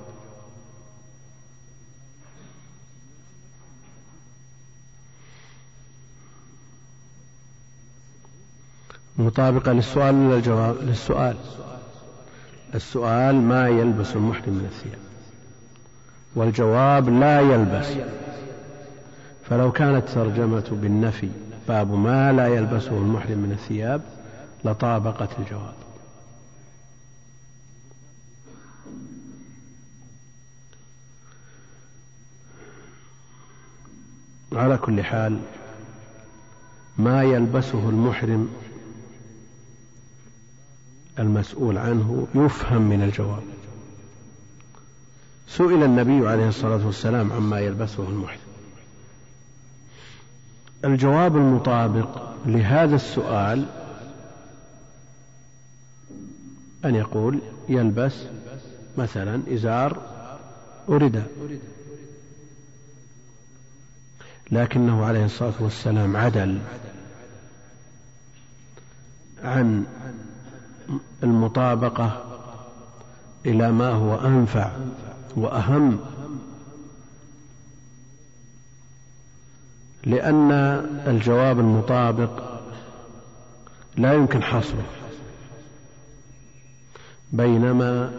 مطابقة للسؤال ولا الجواب؟ للسؤال. السؤال: ما يلبس المحرم من الثياب، والجواب: لا يلبس. فلو كانت ترجمة بالنفي: باب ما لا يلبسه المحرم من الثياب، لطابقت الجواب. على كل حال، ما يلبسه المحرم المسؤول عنه يفهم من الجواب. سئل النبي عليه الصلاة والسلام عما يلبسه المحرم. الجواب المطابق لهذا السؤال أن يقول: يلبس مثلا إزار ورداء. لكنه عليه الصلاة والسلام عدل عن المطابقة إلى ما هو أنفع وأهم، لأن الجواب المطابق لا يمكن حصره، بينما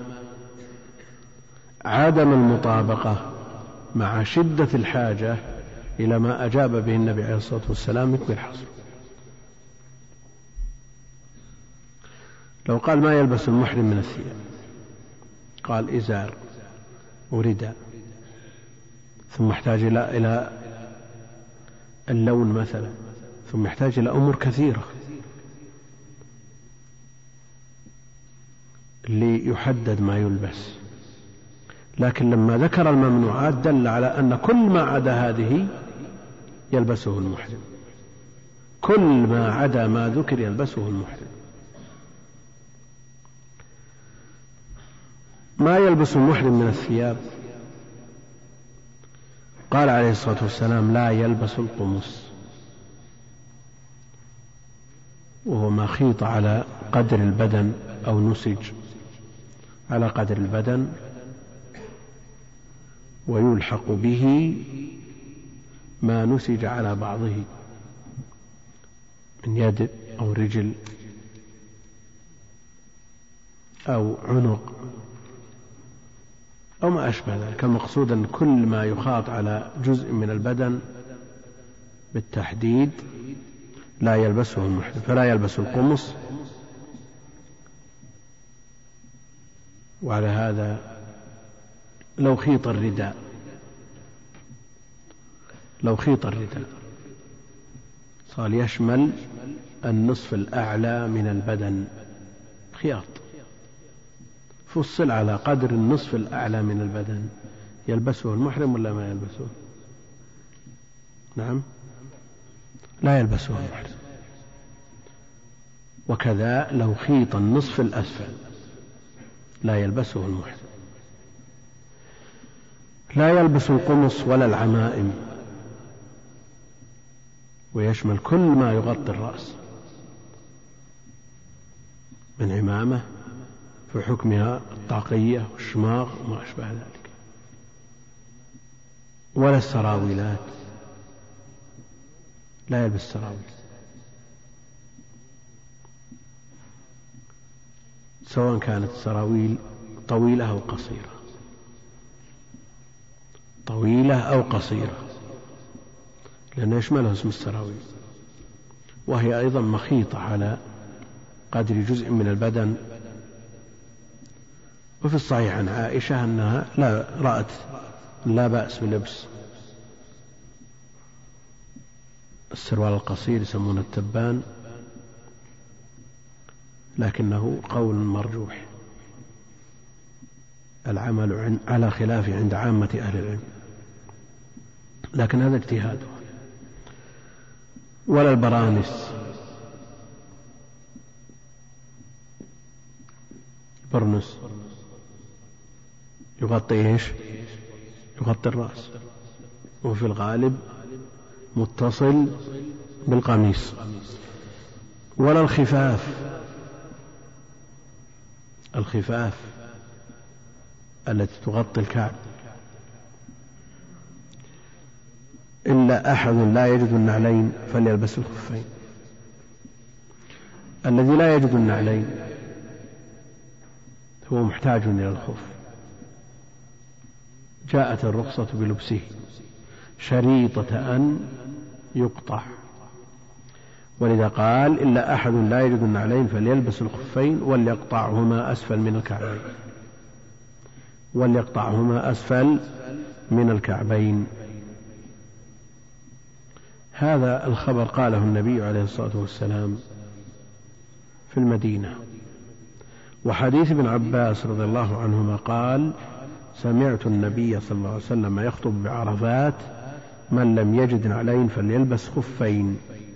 عدم المطابقة مع شدة الحاجة إلى ما أجاب به النبي عليه الصلاة والسلام يكون حصره. لو قال: ما يلبس المحرم من الثياب، قال: إزار ورداء، ثم احتاج إلى إلى اللون مثلا، ثم يحتاج إلى أمور كثيرة ليحدد ما يلبس. لكن لما ذكر الممنوعات دل على أن كل ما عدا هذه يلبسه المحرم، كل ما عدا ما ذكر يلبسه المحرم. ما يلبس المحرم من الثياب، قال عليه الصلاة والسلام: لا يلبس القمص، وهو ما خيط على قدر البدن أو نسج على قدر البدن ويلحق به ما نسج على بعضه من يد أو رجل أو عنق أو ما أشبه ذلك. المقصود أن كل ما يخاط على جزء من البدن بالتحديد لا يلبسه المحرم. فلا يلبس القمص. وعلى هذا لو خيط الرداء لو خيط الرداء صار يشمل النصف الأعلى من البدن، خياط فصل على قدر النصف الأعلى من البدن، يلبسه المحرم ولا ما يلبسه؟ نعم، لا يلبسه المحرم. وكذا لو خيط النصف الأسفل لا يلبسه المحرم. لا يلبس القمص ولا العمائم، ويشمل كل ما يغطي الرأس من عمامة في حكمها الطاقية والشماغ وما أشبه ذلك، ولا السراويلات، لا يلبس سراويل. سواء كانت السراويل طويلة أو قصيرة، طويلة أو قصيرة، لأنه يشملها اسم السراويل، وهي أيضا مخيطة على قدر جزء من البدن. وفي الصحيح عن عائشة أنها لا رأت لا بأس بلبس السروال القصير يسمونه التبان، لكنه قول مرجوح، العمل على خلافه عند عامة أهل العلم، لكن هذا اجتهاده. ولا البرانس، برنس يغطي ايش؟ يغطي الرأس، وفي الغالب متصل بالقميص. ولا الخفاف، الخفاف التي تغطي الكعب، إلا أحد لا يجد النعلين فليلبس الخفين. الذي لا يجد النعلين هو محتاج إلى الخف، جاءت الرخصة بلبسه شريطة أن يقطع، ولذا قال إلا أحد لا يجد النعلين فليلبس الخفين وليقطعهما أسفل من الكعبين، وليقطعهما أسفل من الكعبين. هذا الخبر قاله النبي عليه الصلاة والسلام في المدينة. وحديث ابن عباس رضي الله عنهما قال: سمعت النبي صلى الله عليه وسلم يخطب بعرفات: من لم يجد نعلين فليلبس خفين.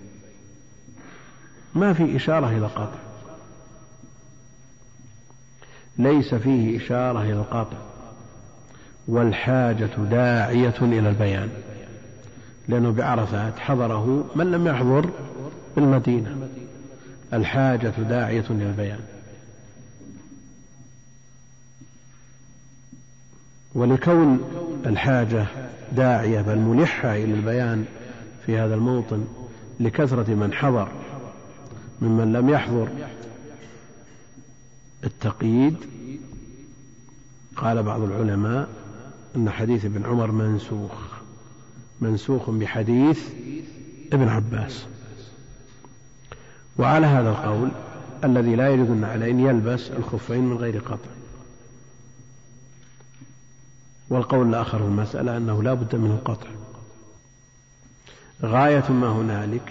ما في إشارة إلى القطع، ليس فيه إشارة إلى القطع، والحاجة داعية إلى البيان، لأنه بعرفات حضره من لم يحضر بالمدينة، الحاجة داعية إلى البيان. ولكون الحاجة داعية بل ملحة إلى البيان في هذا الموطن لكثرة من حضر ممن لم يحضر التقييد، قال بعض العلماء أن حديث ابن عمر منسوخ منسوخ بحديث ابن عباس. وعلى هذا القول الذي لا يجد النعلين يلبس الخفين من غير قطع. والقول الآخر في المسألة أنه لا بد من القطع. غاية ما هنالك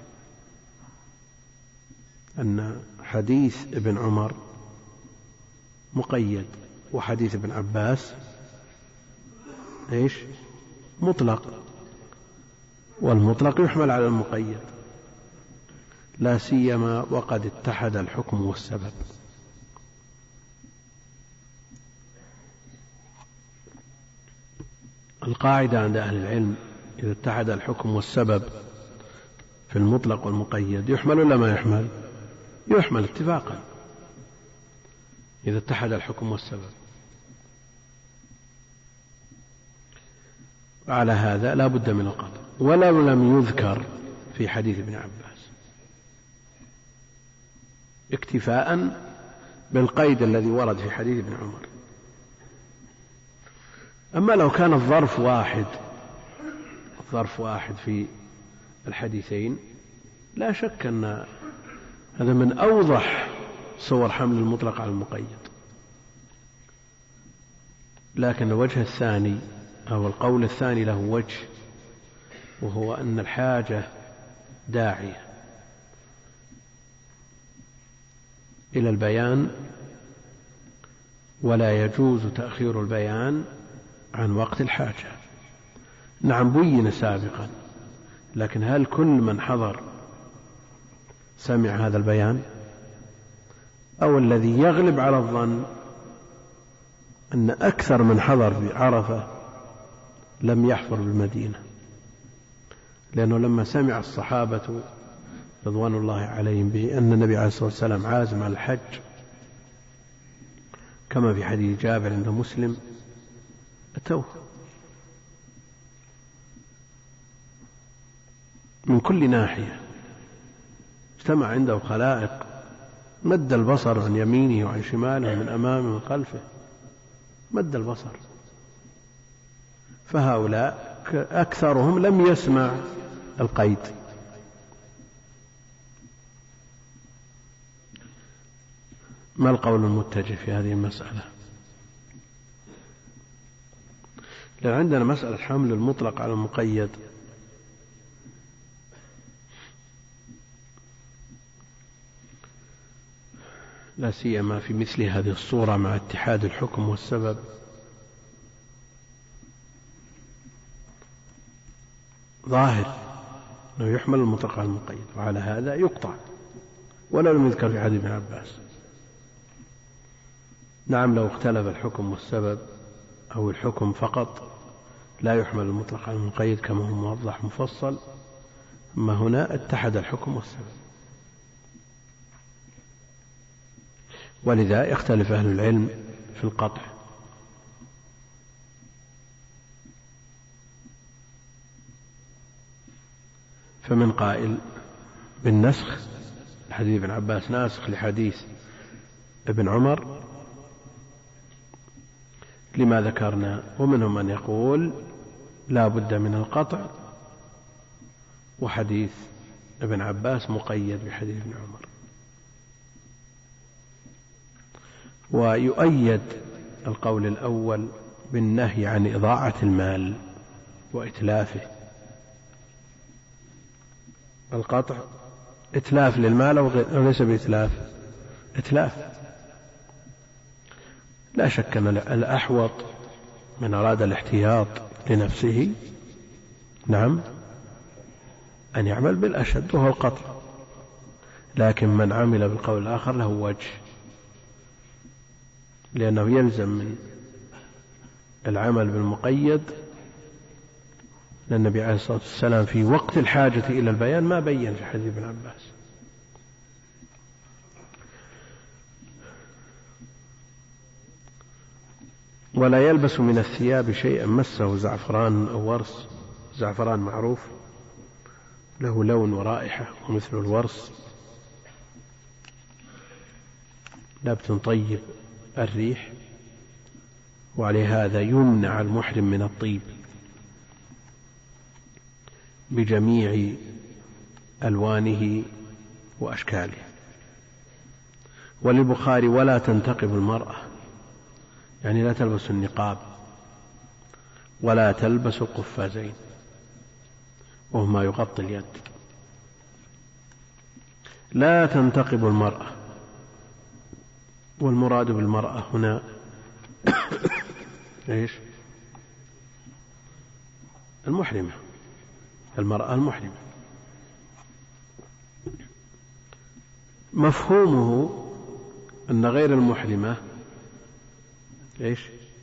أن حديث ابن عمر مقيد، وحديث ابن عباس إيش؟ مطلق، والمطلق يحمل على المقيد، لا سيما وقد اتحد الحكم والسبب. القاعدة عند أهل العلم إذا اتحد الحكم والسبب في المطلق والمقيد يحمل ولا ما يحمل؟ يحمل اتفاقا إذا اتحد الحكم والسبب. على هذا لا بد من القطع، ولو لم يذكر في حديث ابن عباس، اكتفاء بالقيد الذي ورد في حديث ابن عمر. أما لو كان الظرف واحد الظرف واحد في الحديثين، لا شك أن هذا من أوضح صور حمل المطلق على المقيد. لكن الوجه الثاني أو القول الثاني له وجه، وهو أن الحاجة داعية إلى البيان، ولا يجوز تأخير البيان عن وقت الحاجة. نعم بين سابقا، لكن هل كل من حضر سمع هذا البيان؟ أو الذي يغلب على الظن أن أكثر من حضر بعرفة لم يحضر بالمدينة، لأنه لما سمع الصحابة رضوان الله عليهم بأن النبي عليه الصلاة والسلام عازم على الحج كما في حديث جابر عند مسلم أتوه من كل ناحية، اجتمع عنده خلائق مد البصر عن يمينه وعن شماله من أمامه ومن خلفه، مد البصر. فهؤلاء أكثرهم لم يسمع القيد. ما القول المتجه في هذه المسألة؟ لأن عندنا مسألة حمل المطلق على المقيد، لا سيما في مثل هذه الصورة مع اتحاد الحكم والسبب. ظاهر أنه يحمل المطلق على المقيد، وعلى هذا يقطع ولا لم يذكر في حديث ابن عباس. نعم لو اختلف الحكم والسبب أو الحكم فقط لا يحمل المطلق على المقيد كما هو موضح مفصل، أما هنا اتحد الحكم والسبب. ولذا يختلف أهل العلم في القطع. فمن قائل بالنسخ، حديث ابن عباس ناسخ لحديث ابن عمر لما ذكرنا، ومنهم من يقول لا بد من القطع، وحديث ابن عباس مقيد بحديث ابن عمر. ويؤيد القول الأول بالنهي عن إضاعة المال وإتلافه. القطع إتلاف للمال أو ليس بإتلاف؟ إتلاف. لا شك أن الأحوط من أراد الاحتياط لنفسه نعم أن يعمل بالأشد وهو القطع، لكن من عمل بالقول الآخر له وجه، لأنه يلزم من العمل بالمقيد، لأن النبي عليه الصلاة والسلام في وقت الحاجة إلى البيان ما بين في حديث ابن عباس. ولا يلبس من الثياب شيئا مسه زعفران أو ورس. زعفران معروف له لون ورائحة ومثل الورس نبت طيب الريح، وعلى هذا يمنع المحرم من الطيب بجميع ألوانه وأشكاله. وللبخاري ولا تنتقب المرأة، يعني لا تلبس النقاب ولا تلبس القفازين وهما يغطي اليد. لا تنتقب المرأة، والمراد بالمرأة هنا ايش؟ المحرمة، المرأة المحرمة. مفهومه أن غير المحرمة ايش؟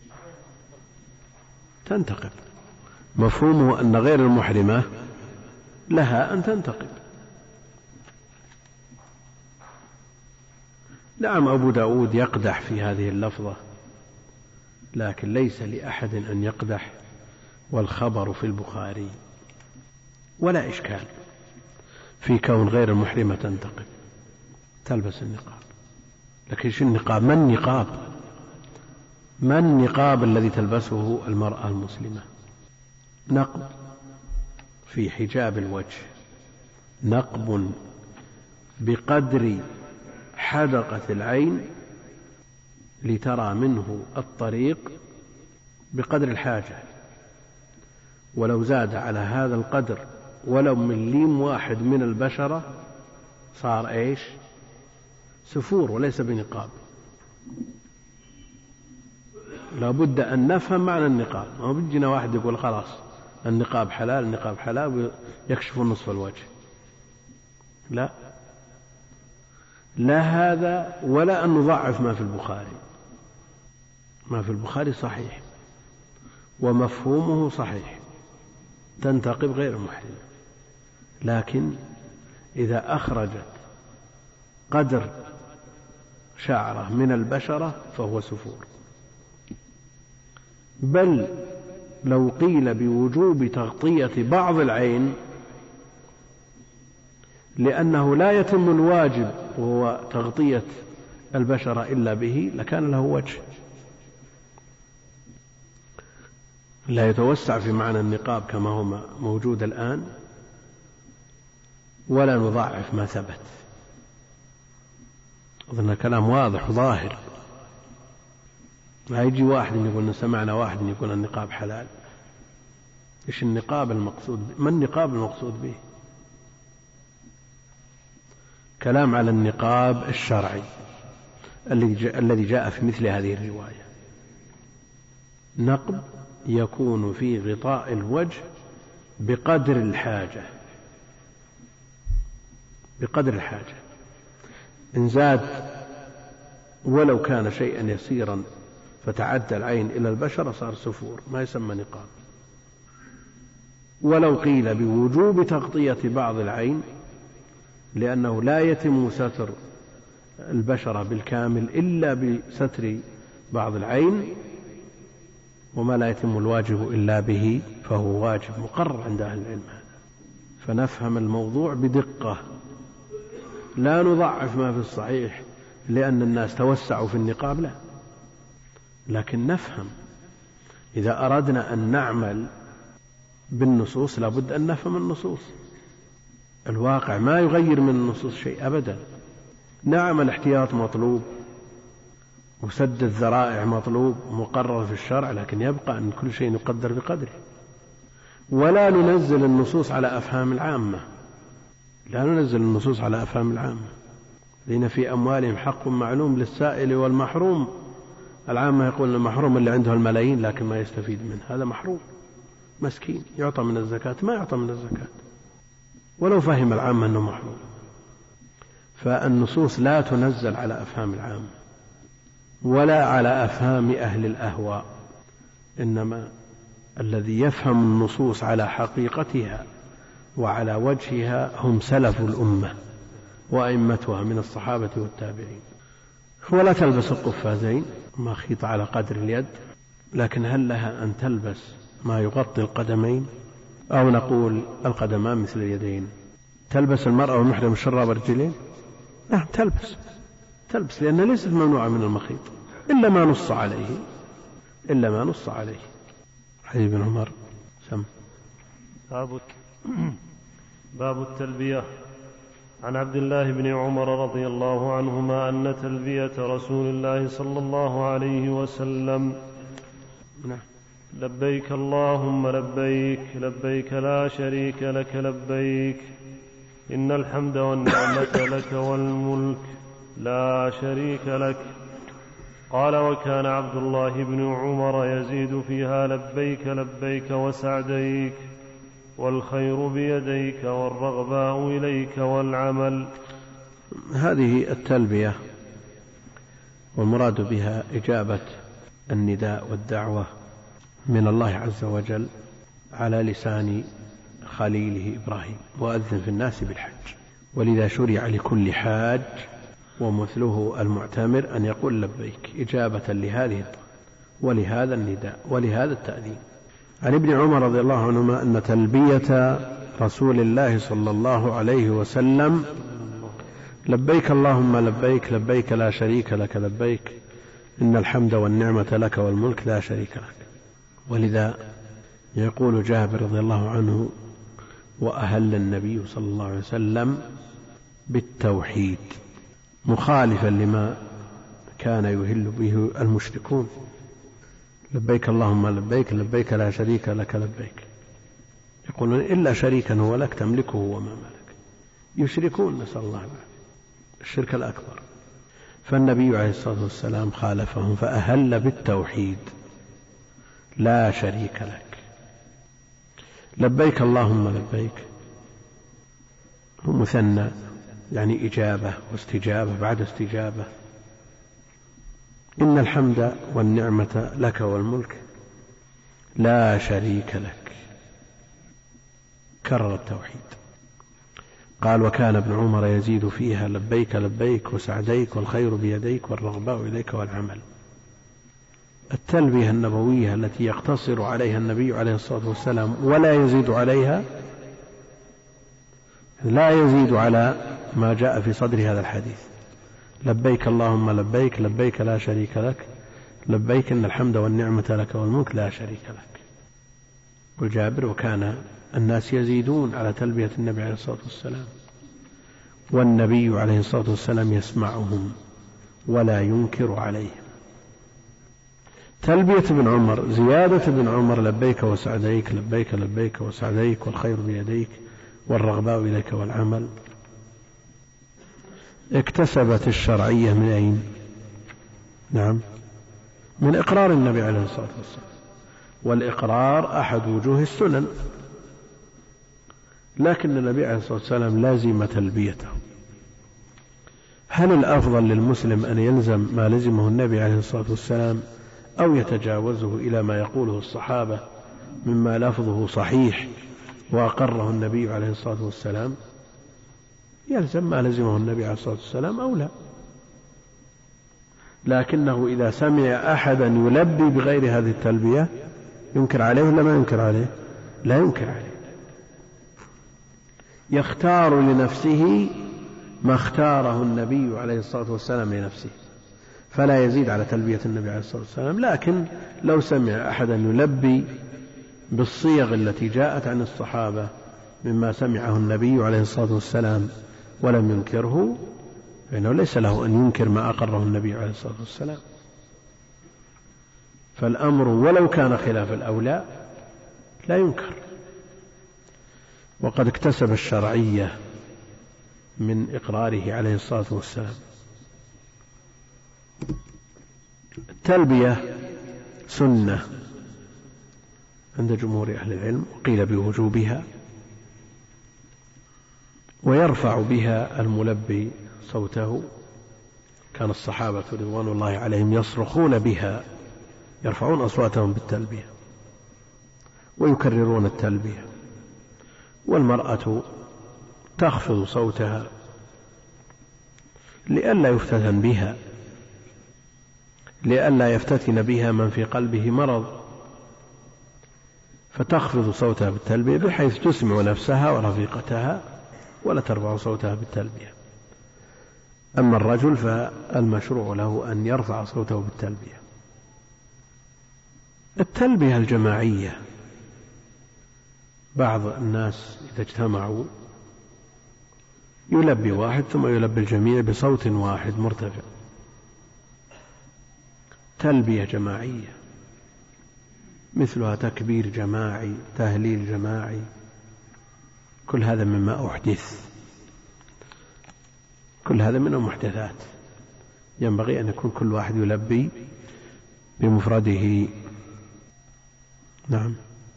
تنتقب. مفهومه أن غير المحرمة لها أن تنتقب. نعم أبو داود يقدح في هذه اللفظة، لكن ليس لأحد أن يقدح، والخبر في البخاري، ولا إشكال في كون غير المحرمة تنتقب تلبس النقاب. لكن شو النقاب؟ ما النقاب؟ ما النقاب الذي تلبسه المرأة المسلمة؟ نقب في حجاب الوجه، نقب بقدر حدقة العين لترى منه الطريق بقدر الحاجة، ولو زاد على هذا القدر ولو مليم واحد من البشرة صار ايش؟ سفور وليس بنقاب. لابد أن نفهم معنى النقاب. ما بيجينا واحد يقول خلاص النقاب حلال النقاب حلال ويكشف نصف الوجه. لا، لا هذا ولا أن نضعف ما في البخاري. ما في البخاري صحيح ومفهومه صحيح، تنتقب غير محرم، لكن إذا أخرجت قدر شعرة من البشرة فهو سفور. بل لو قيل بوجوب تغطية بعض العين، لأنه لا يتم الواجب وهو تغطية البشرة إلا به لكان له وجه، لا يتوسع في معنى النقاب كما هو موجود الآن، ولا نضاعف ما ثبت. أظن كلام واضح وظاهر، لا يجي واحد يقول سمعنا واحد يقول النقاب حلال. إيش النقاب المقصود؟ ما النقاب المقصود به؟ كلام على النقاب الشرعي الذي جاء في مثل هذه الرواية. نقب يكون في غطاء الوجه بقدر الحاجة، بقدر الحاجة. إن زاد ولو كان شيئا يسيرا فتعدى العين إلى البشرة صار سفور، ما يسمى نقاب. ولو قيل بوجوب تغطية بعض العين لأنه لا يتم ستر البشرة بالكامل إلا بستر بعض العين، وما لا يتم الواجب إلا به فهو واجب مقرر عند أهل العلم. فنفهم الموضوع بدقة، لا نضعف ما في الصحيح لأن الناس توسعوا في النقاب، لا، لكن نفهم. إذا أردنا أن نعمل بالنصوص لابد أن نفهم النصوص. الواقع ما يغير من النصوص شيء أبدا. نعم الاحتياط مطلوب وسد الذرائع مطلوب مقرر في الشرع، لكن يبقى أن كل شيء يقدر بقدره. ولا ننزل النصوص على أفهام العامة، لا ننزل النصوص على أفهام العامة. لأن في أموالهم حق معلوم للسائل والمحروم. العامة يقول المحروم اللي عنده الملايين لكن ما يستفيد منه، هذا محروم مسكين يعطى من الزكاة، ما يعطى من الزكاة ولو فهم العامة أنه محروم. فالنصوص لا تنزل على أفهام العامة ولا على أفهام أهل الأهواء، إنما الذي يفهم النصوص على حقيقتها وعلى وجهها هم سلف الأمة وأئمتها من الصحابة والتابعين. ولا تلبس القفازين ما خيط على قدر اليد، لكن هل لها أن تلبس ما يغطي القدمين؟ أو نقول القدمان مثل اليدين. تلبس المرأة والمحرم الشراب الرجلين؟ نعم تلبس تلبس لأنها ليست ممنوعة من المخيط إلا ما نص عليه إلا ما نص عليه. حديث بن عمر. سم باب باب التلبية. عن عبد الله بن عمر رضي الله عنهما أن تلبية رسول الله صلى الله عليه وسلم نعم لبيك اللهم لبيك لبيك لا شريك لك لبيك إن الحمد والنعمة لك والملك لا شريك لك. قال وكان عبد الله بن عمر يزيد فيها لبيك لبيك وسعديك والخير بيديك والرغباء إليك والعمل. هذه التلبية والمراد بها إجابة النداء والدعوة من الله عز وجل على لسان خليله إبراهيم وأذن في الناس بالحج. ولذا شرع لكل حاج ومثله المعتمر أن يقول لبيك إجابة لهذه الطاعة ولهذا النداء ولهذا التأذين. عن ابن عمر رضي الله عنهما أن تلبية رسول الله صلى الله عليه وسلم لبيك اللهم لبيك لبيك لا شريك لك لبيك إن الحمد والنعمة لك والملك لا شريك لك. ولذا يقول جابر رضي الله عنه وأهل النبي صلى الله عليه وسلم بالتوحيد مخالفا لما كان يهل به المشركون. لبيك اللهم لبيك لبيك لا شريك لك لبيك، يقولون إلا شريكا هو لك تملكه وما ملك. يشركون، نسأل الله العافية، الشرك الأكبر. فالنبي عليه الصلاة والسلام خالفهم فأهل بالتوحيد لا شريك لك. لبيك اللهم لبيك هو مثنى يعني إجابة واستجابة بعد استجابة. إن الحمد والنعمة لك والملك لا شريك لك، كرر التوحيد. قال وكان ابن عمر يزيد فيها لبيك لبيك وسعديك والخير بيديك والرغباء إليك والعمل. التلبية النبوية التي يقتصر عليها النبي عليه الصلاة والسلام ولا يزيد عليها، لا يزيد على ما جاء في صدر هذا الحديث: لبيك اللهم لبيك، لبيك لا شريك لك، لبيك إن الحمد والنعمة لك والملك لا شريك لك. وجابر: وكان الناس يزيدون على تلبية النبي عليه الصلاة والسلام، والنبي عليه الصلاة والسلام يسمعهم ولا ينكر عليهم. تلبية ابن عمر، زيادة ابن عمر: لبيك وسعديك، لبيك لبيك وسعديك، والخير بيديك، والرغباء إليك والعمل. اكتسبت الشرعية من أين؟ نعم، من إقرار النبي عليه الصلاة والسلام، والإقرار أحد وجوه السنن، لكن النبي عليه الصلاة والسلام لازم تلبيته. هل الأفضل للمسلم أن يلزم ما لزمه النبي عليه الصلاة والسلام أو يتجاوزه إلى ما يقوله الصحابة مما لفظه صحيح وأقره النبي عليه الصلاة والسلام؟ يلزم ما لزمه النبي عليه الصلاة والسلام أو لا. لكنه إذا سمع أحدا يلبي بغير هذه التلبية ينكر عليه ولا ما ينكر عليه؟ لا ينكر عليه. يختار لنفسه ما اختاره النبي عليه الصلاة والسلام لنفسه، فلا يزيد على تلبية النبي عليه الصلاة والسلام. لكن لو سمع أحدا يلبي بالصيغ التي جاءت عن الصحابة مما سمعه النبي عليه الصلاة والسلام ولم ينكره، فإنه ليس له أن ينكر ما أقره النبي عليه الصلاة والسلام. فالأمر ولو كان خلاف الأولى لا ينكر. وقد اكتسب الشرعية من إقراره عليه الصلاة والسلام. التلبية سنة عند جمهور أهل العلم، وقيل بوجوبها، ويرفع بها الملبي صوته. كان الصحابة رضوان الله عليهم يصرخون بها، يرفعون أصواتهم بالتلبية ويكررون التلبية. والمرأة تخفض صوتها لئلا يفتتن بها، لئلا يفتتن بها من في قلبه مرض، فتخفض صوتها بالتلبية بحيث تسمع نفسها ورفيقتها ولا ترفع صوتها بالتلبية. أما الرجل فالمشروع له أن يرفع صوته بالتلبية. التلبية الجماعية، بعض الناس إذا اجتمعوا يلبي واحد ثم يلبي الجميع بصوت واحد مرتفع، تلبية جماعية، مثلها تكبير جماعي، تهليل جماعي، كل هذا مما أحدث، كل هذا من المحدثات. ينبغي أن يكون كل واحد يلبي بمفرده. نعم.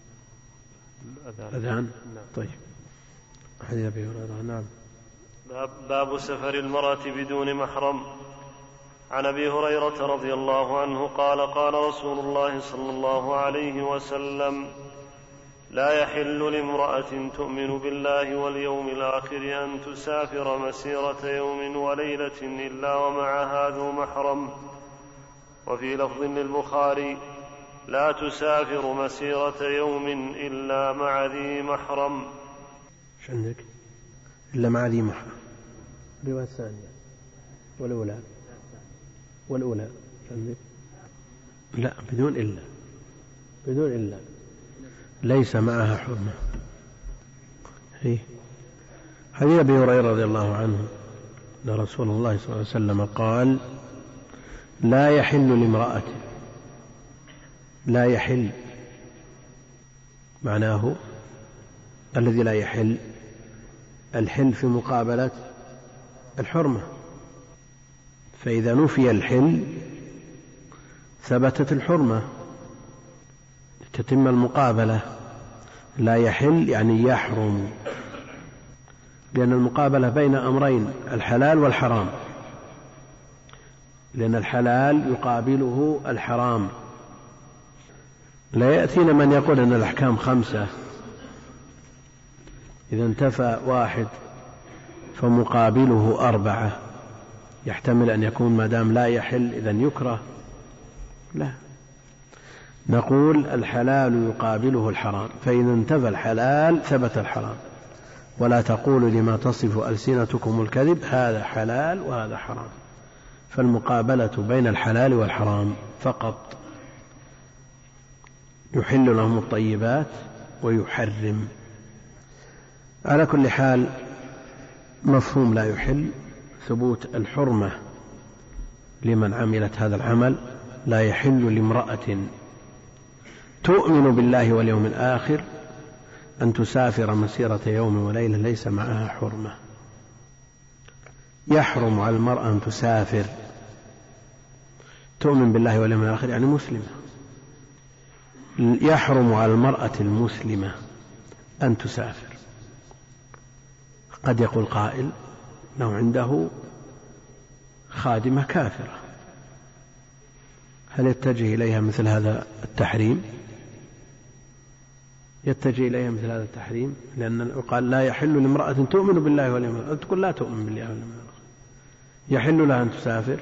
الأذان. طيب. حديث أبي هريرة. نعم. باب سفر المرأة بدون محرم. عن أبي هريرة رضي الله عنه قال: قال رسول الله صلى الله عليه وسلم: لا يحل لامرأة تؤمن بالله واليوم الآخر أن تسافر مسيرة يوم وليلة إلا ومعها ذو محرم. وفي لفظ للبخاري: لا تسافر مسيرة يوم إلا مع ذي محرم. ايش عندك؟ إلا مع ذي محرم. الرواية الثانية والأولى والأولى ايش عندك؟ لا، بدون إلا، بدون إلا، ليس معها حرمة. هي حديث أبي هريرة رضي الله عنه أن رسول الله صلى الله عليه وسلم قال: لا يحل لامرأة، لا يحل معناه الذي لا يحل، الحل في مقابلة الحرمة، فإذا نفي الحل ثبتت الحرمة، تتم المقابلة. لا يحل يعني يحرم، لأن المقابلة بين أمرين، الحلال والحرام، لأن الحلال يقابله الحرام. لا يأتينا من يقول أن الأحكام خمسة، إذا انتفى واحد فمقابله أربعة، يحتمل أن يكون ما دام لا يحل إذن يكره. لا، نقول الحلال يقابله الحرام، فإذا انتفى الحلال ثبت الحرام، ولا تقولوا لما تصف ألسنتكم الكذب هذا حلال وهذا حرام، فالمقابلة بين الحلال والحرام فقط. يحل لهم الطيبات ويحرم. على كل حال مفهوم لا يحل ثبوت الحرمة لمن عملت هذا العمل. لا يحل لامرأة تؤمن بالله واليوم الآخر أن تسافر مسيرة يوم وليلة ليس معها حرمة. يحرم على المرأة أن تسافر تؤمن بالله واليوم الآخر يعني مسلمة. يحرم على المرأة المسلمة أن تسافر. قد يقول قائل أنه عنده خادمة كافرة، هل يتجه إليها مثل هذا التحريم؟ يتجه إليها مثل هذا التحريم، لأن قال لا يحل لامرأة تؤمن بالله واليوم الآخر. تقول لا تؤمن بالله واليوم الآخر، يحل لها أن تسافر.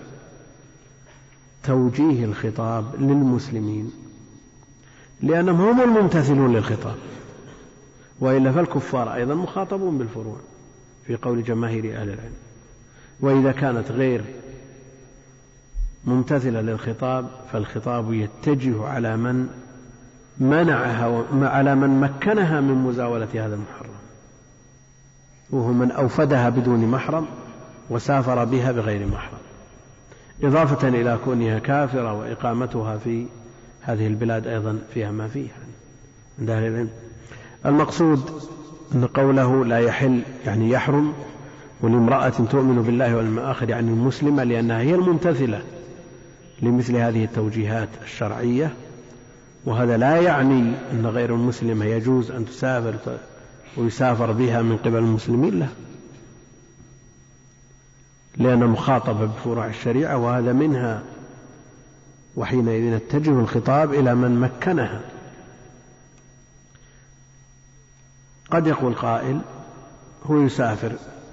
توجيه الخطاب للمسلمين لأنهم هم الممتثلون للخطاب، وإلا فالكفار أيضا مخاطبون بالفروع في قول جماهير أهل العلم. وإذا كانت غير ممتثلة للخطاب فالخطاب يتجه على من منعها على من مكنها من مزاولة هذا المحرم، وهو من أوفدها بدون محرم وسافر بها بغير محرم، إضافة إلى كونها كافرة وإقامتها في هذه البلاد أيضا فيها ما فيها عند أهل العلم. المقصود أن قوله لا يحل يعني يحرم، ولامرأة تؤمن بالله واليوم الآخر يعني المسلمة، لأنها هي الممتثلة لمثل هذه التوجيهات الشرعية. وهذا لا يعني أن غير المسلمة يجوز أن تسافر ويسافر بها من قبل المسلمين، لا، لأن مخاطبة بفروع الشريعة وهذا منها، وحينئذ يتجه الخطاب إلى من مكنها. قد يقول قائل هو يسافر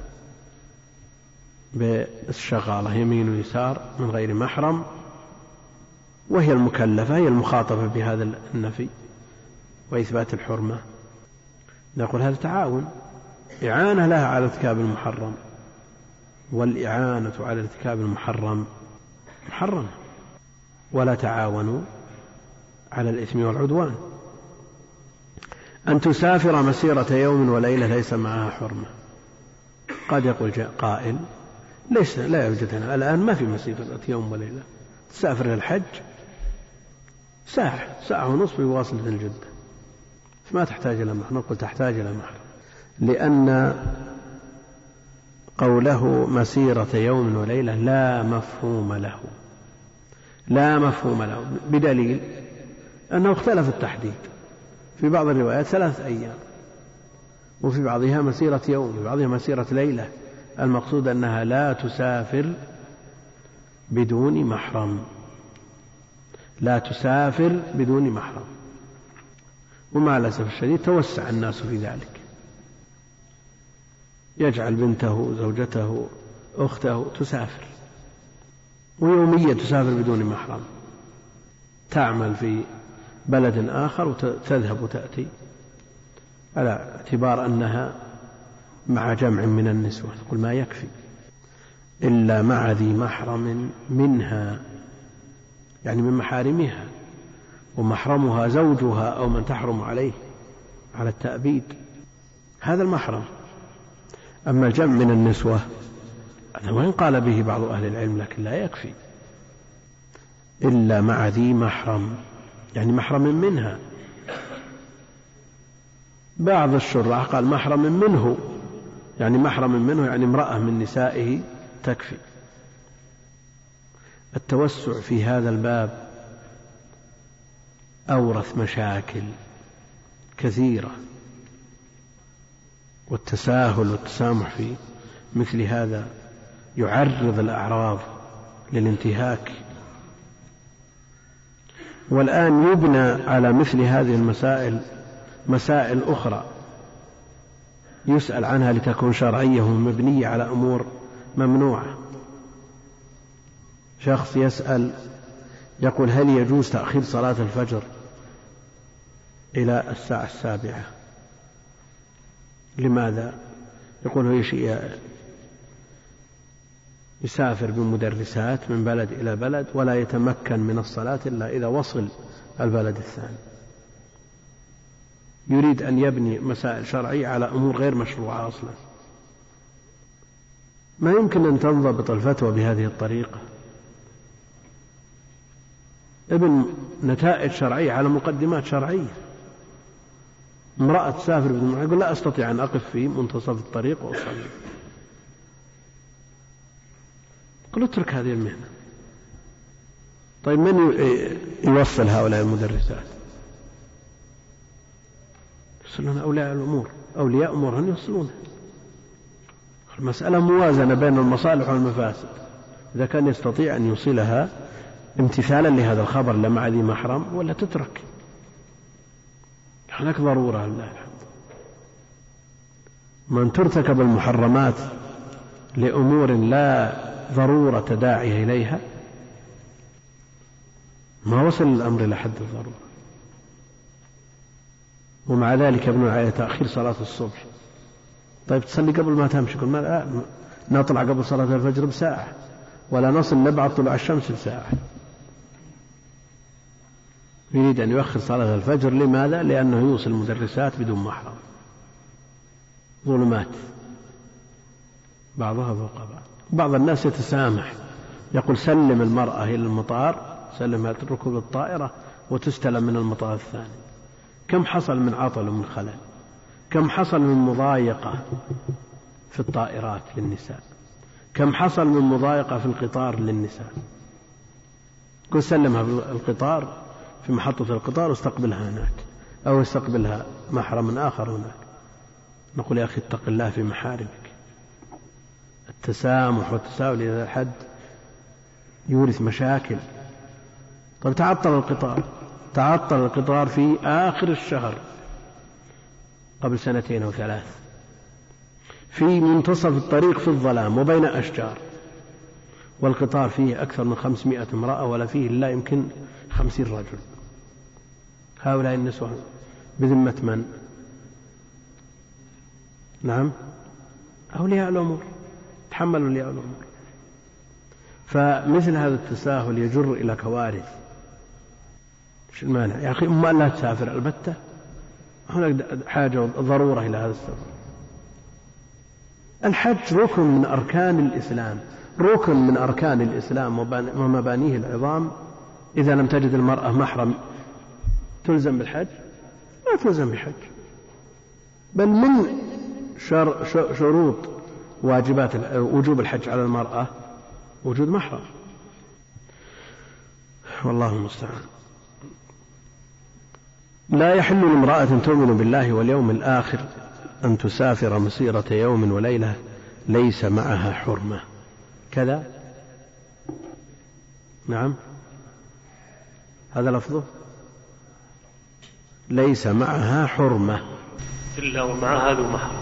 بالشغالة يمين ويسار من غير محرم وهي المكلفة، هي المخاطبة بهذا النفي وإثبات الحرمة. نقول هذا تعاون، إعانة لها على ارتكاب المحرم، والإعانة على ارتكاب المحرم محرم، ولا تعاونوا على الإثم والعدوان. أن تسافر مسيرة يوم وليلة ليس معها حرمة. قد يقول قائل ليس لا يوجد هنا الآن ما في مسيرة يوم وليلة، تسافر للحج ساعة ساعة ونصف يواصل إلى جدة، ما تحتاج إلى محرم. نقول تحتاج إلى محرم، لأن قوله مسيرة يوم وليلة لا مفهوم له، لا مفهوم له، بدليل أنه اختلف التحديد. في بعض الروايات ثلاث أيام، وفي بعضها مسيرة يوم، وفي بعضها مسيرة ليلة. المقصود أنها لا تسافر بدون محرم، لا تسافر بدون محرم. ومع الأسف الشديد توسع الناس في ذلك، يجعل بنته زوجته أخته تسافر، ويوميا تسافر بدون محرم، تعمل في بلد آخر وتذهب وتأتي على اعتبار أنها مع جمع من النسوة. نقول ما يكفي إلا مع ذي محرم منها، يعني من محارمها، ومحرمها زوجها أو من تحرم عليه على التأبيد، هذا المحرم. أما الجمع من النسوة وإن قال به بعض أهل العلم لكن لا يكفي، إلا مع ذي محرم يعني محرم منها. بعض الشراح قال محرم منه، يعني محرم منه يعني امرأة من نسائه تكفي. التوسع في هذا الباب أورث مشاكل كثيرة، والتساهل والتسامح في مثل هذا يعرض الأعراض للانتهاك. والآن يبنى على مثل هذه المسائل مسائل أخرى يسأل عنها لتكون شرعية ومبنية على أمور ممنوعة. شخص يسأل يقول هل يجوز تأخير صلاة الفجر إلى الساعة السابعة؟ لماذا؟ يقول هو يسافر بمدرسات من بلد إلى بلد ولا يتمكن من الصلاة إلا إذا وصل البلد الثاني، يريد أن يبني مسائل شرعية على أمور غير مشروعة أصلا. ما يمكن أن تنضبط الفتوى بهذه الطريقة. ابن نتائج شرعية على مقدمات شرعية. امرأة تسافر بدون محرم يقول لا أستطيع أن أقف في منتصف الطريق وأصلي. قل اترك هذه المهنة. طيب من يوصل هؤلاء المدرسات؟ يوصلون أولياء الأمور، أولياء أمور هم يوصلون. المسألة موازنة بين المصالح والمفاسد. إذا كان يستطيع أن يوصلها امتثالا لهذا الخبر لمع ذي محرم ولا تترك. هناك ضرورة لله الحمد. من ترتكب المحرمات لأمور لا ضرورة داعية إليها ما وصل الأمر إلى حد الضرورة. ومع ذلك يبنون على تأخير صلاة الصبح. طيب تصلي قبل ما تمشي، قل ما نطلع قبل صلاة الفجر بساعة ولا نصل نبعد طلوع الشمس بساعة. يريد أن يؤخر صلاة الفجر. لماذا؟ لأنه يوصل المدرسات بدون محرم. ظلمات بعضها فوق بعض. بعض الناس يتسامح، يقول سلم المرأة إلى المطار، سلمها ركوب الطائرة وتستلم من المطار الثاني. كم حصل من عطل ومن خلل، كم حصل من مضايقة في الطائرات للنساء، كم حصل من مضايقة في القطار للنساء. قل سلمها بالقطار في محطة القطار واستقبلها هناك، أو استقبلها محرم آخر هناك. نقول يا أخي اتق الله في محارمك. التسامح والتساهل إلى الحد يورث مشاكل. طيب تعطل القطار، تعطل القطار في آخر الشهر قبل سنتين أو ثلاث في منتصف الطريق في الظلام وبين أشجار، والقطار فيه أكثر من خمسمائة امرأة ولا فيه إلا يمكن خمسين رجل. هؤلاء النسوة بذمة من؟ نعم أولياء الأمور، تحملوا أولياء الأمور. فمثل هذا التساهل يجر إلى كوارث. مش المانع يا أخي؟ أما لا تسافر البتة، هناك حاجة ضرورة إلى هذا السفر. الحج ركن من أركان الإسلام، ركن من أركان الإسلام ومبانيه العظام. إذا لم تجد المرأة محرم تلزم بالحج؟ لا تلزم بالحج. بل من شر شروط واجبات وجوب الحج على المرأة وجود محرم. والله المستعان. لا يحل لامرأة تؤمن بالله واليوم الآخر أن تسافر مسيرة يوم وليلة ليس معها حرمة. كذا نعم هذا لفظه، ليس معها حرمة إلا ومعها ذو محرم.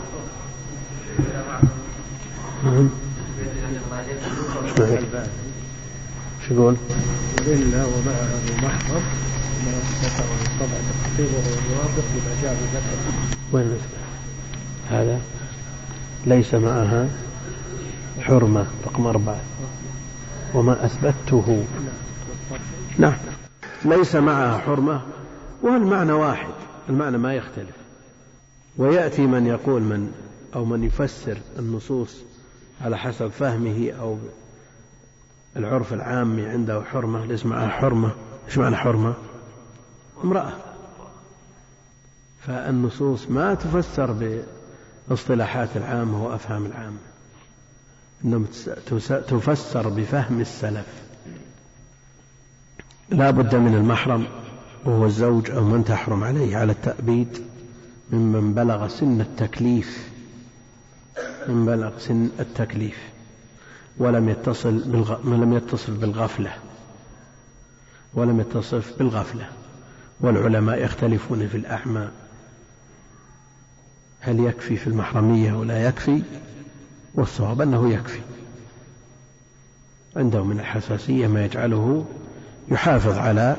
شو يقول؟ إلا ومعها ذو محرم ما استطاع طبعا تحقيقه الواضح لما جاء بذكر. وين هذا؟ ليس معها حرمة رقم أربعة وما أثبته. نعم ليس معها حرمة، والمعنى واحد، المعنى ما يختلف. ويأتي من يقول من أو من يفسر النصوص على حسب فهمه أو العرف العامي عنده حرمة. ليس معها حرمة. إيش معنى حرمة؟ امرأة. فالنصوص ما تفسر باصطلاحات العامة وأفهام العامة، إنما تفسر بفهم السلف. لا بد من المحرم وهو الزوج أو من تحرم عليه على التأبيد ممن بلغ سن التكليف، من بلغ سن التكليف ولم يتصل بالغ... لم يتصل بالغفلة ولم يتصف بالغفلة. والعلماء يختلفون في الأعمى هل يكفي في المحرمية ولا يكفي، والصواب أنه يكفي. عنده من الحساسية ما يجعله يحافظ على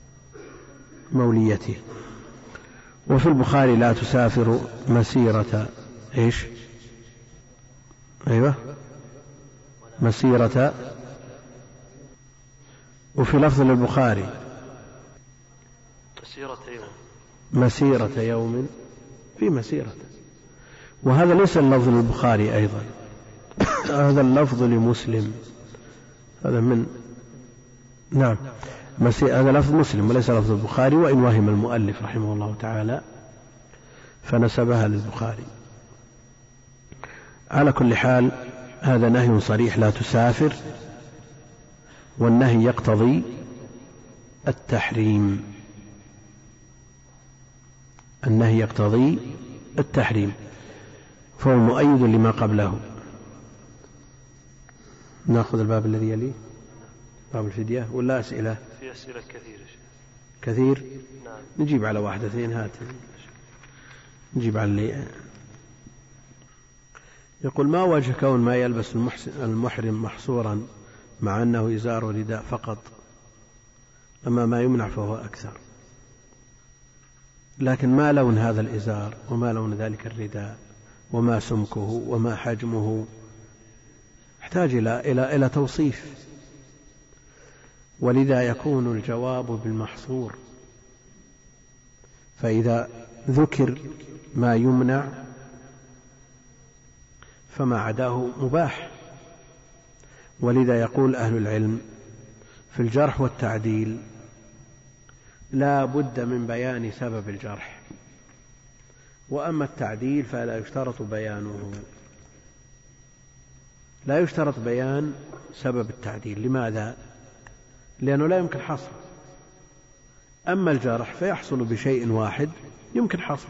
موليته. وفي البخاري لا تسافر مسيرة إيش؟ أيوة مسيرة، وفي لفظ للبخاري مسيرة يوم، مسيرة يوم في مسيرة، وهذا ليس اللفظ للبخاري أيضا، هذا اللفظ لمسلم، هذا من نعم هذا لفظ مسلم وليس لفظ البخاري، وإن وهم المؤلف رحمه الله تعالى فنسبها للبخاري. على كل حال هذا نهي صريح لا تسافر، والنهي يقتضي التحريم، النهي يقتضي التحريم، فهو مؤيد لما قبله. نأخذ الباب الذي يليه، باب الفدية، ولا أسئلة؟ في أسئلة كثيرة. كثير؟ نعم. نجيب على واحدة اثنين، هات نجيب على اللي يقول: ما وجه كون ما يلبس المحرم محصورا مع أنه إزار ورداء فقط، أما ما يمنع فهو أكثر؟ لكن ما لون هذا الإزار، وما لون ذلك الرداء، وما سمكه، وما حجمه، يحتاج إلى إلى إلى توصيف، ولذا يكون الجواب بالمحصور. فإذا ذكر ما يمنع فما عداه مباح، ولذا يقول أهل العلم في الجرح والتعديل لا بد من بيان سبب الجرح، وأما التعديل فلا يشترط بيانه، لا يشترط بيان سبب التعديل. لماذا؟ لأنه لا يمكن حصر. أما الجرح فيحصل بشيء واحد يمكن حصر.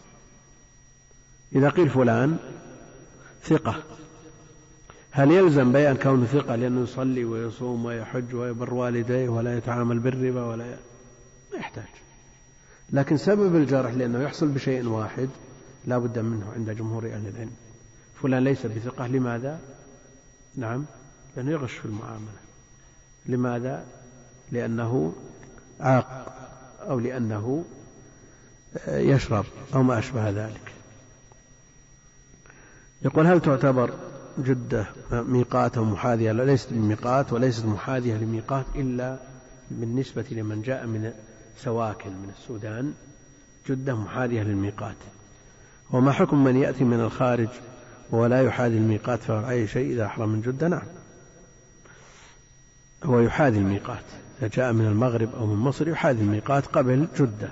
إذا قيل فلان ثقة، هل يلزم بيان كونه ثقة لأنه يصلي ويصوم ويحج ويبر والديه ولا يتعامل بالربا ولا ي... ما يحتاج. لكن سبب الجرح لأنه يحصل بشيء واحد لا بد منه عند جمهور أهل العلم. فلان ليس بثقة، لماذا؟ نعم، لأنه يغش في المعاملة. لماذا؟ لأنه عاق، أو لأنه يشرب، أو ما أشبه ذلك. يقول: هل تعتبر جدة ميقات أو محاذية؟ ليست بميقات وليست محاذية لميقات إلا بالنسبة لمن جاء من سواكن من السودان، جدة محاذية للميقات. وما حكم من يأتي من الخارج ولا يحاذي الميقات فهو أي شيء إذا أحرم من جدة؟ نعم، هو يحاذي الميقات، إذا جاء من المغرب أو من مصر يحاذي الميقات قبل جدة.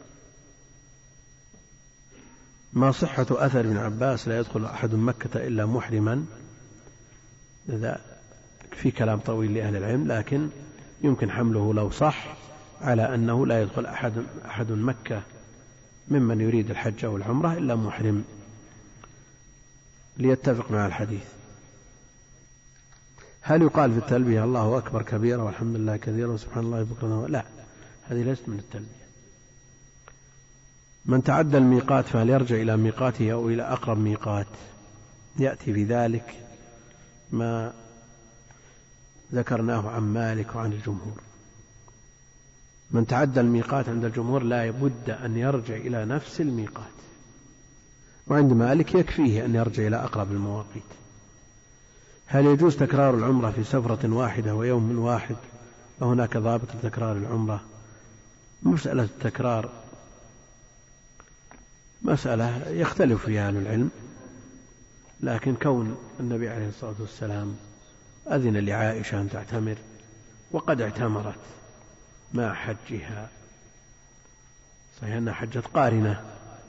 ما صحة أثر ابن عباس لا يدخل أحد مكة إلا محرما؟ هذا في كلام طويل لأهل العلم، لكن يمكن حمله لو صح على أنه لا يدخل أحد, أحد مكة ممن يريد الحج أو العمرة إلا محرم، ليتفق مع الحديث. هل يقال في التلبية الله أكبر كبيرا والحمد لله كثيرا وسبحان الله بكرة؟ لا، هذه ليست من التلبية. من تعدى الميقات فهل يرجع إلى ميقاته أو إلى أقرب ميقات؟ يأتي في ذلك ما ذكرناه عن مالك وعن الجمهور. من تعدى الميقات عند الجمهور لا بد أن يرجع إلى نفس الميقات، وعند مالك يكفيه أن يرجع إلى أقرب المواقيت. هل يجوز تكرار العمرة في سفرة واحدة ويوم واحد، وهناك ضابط لتكرار العمرة؟ مسألة التكرار مسألة يختلف فيها أهل العلم، لكن كون النبي عليه الصلاة والسلام أذن لعائشة أن تعتمر وقد اعتمرت مع حجها، صحيح أنها حجت قارنة،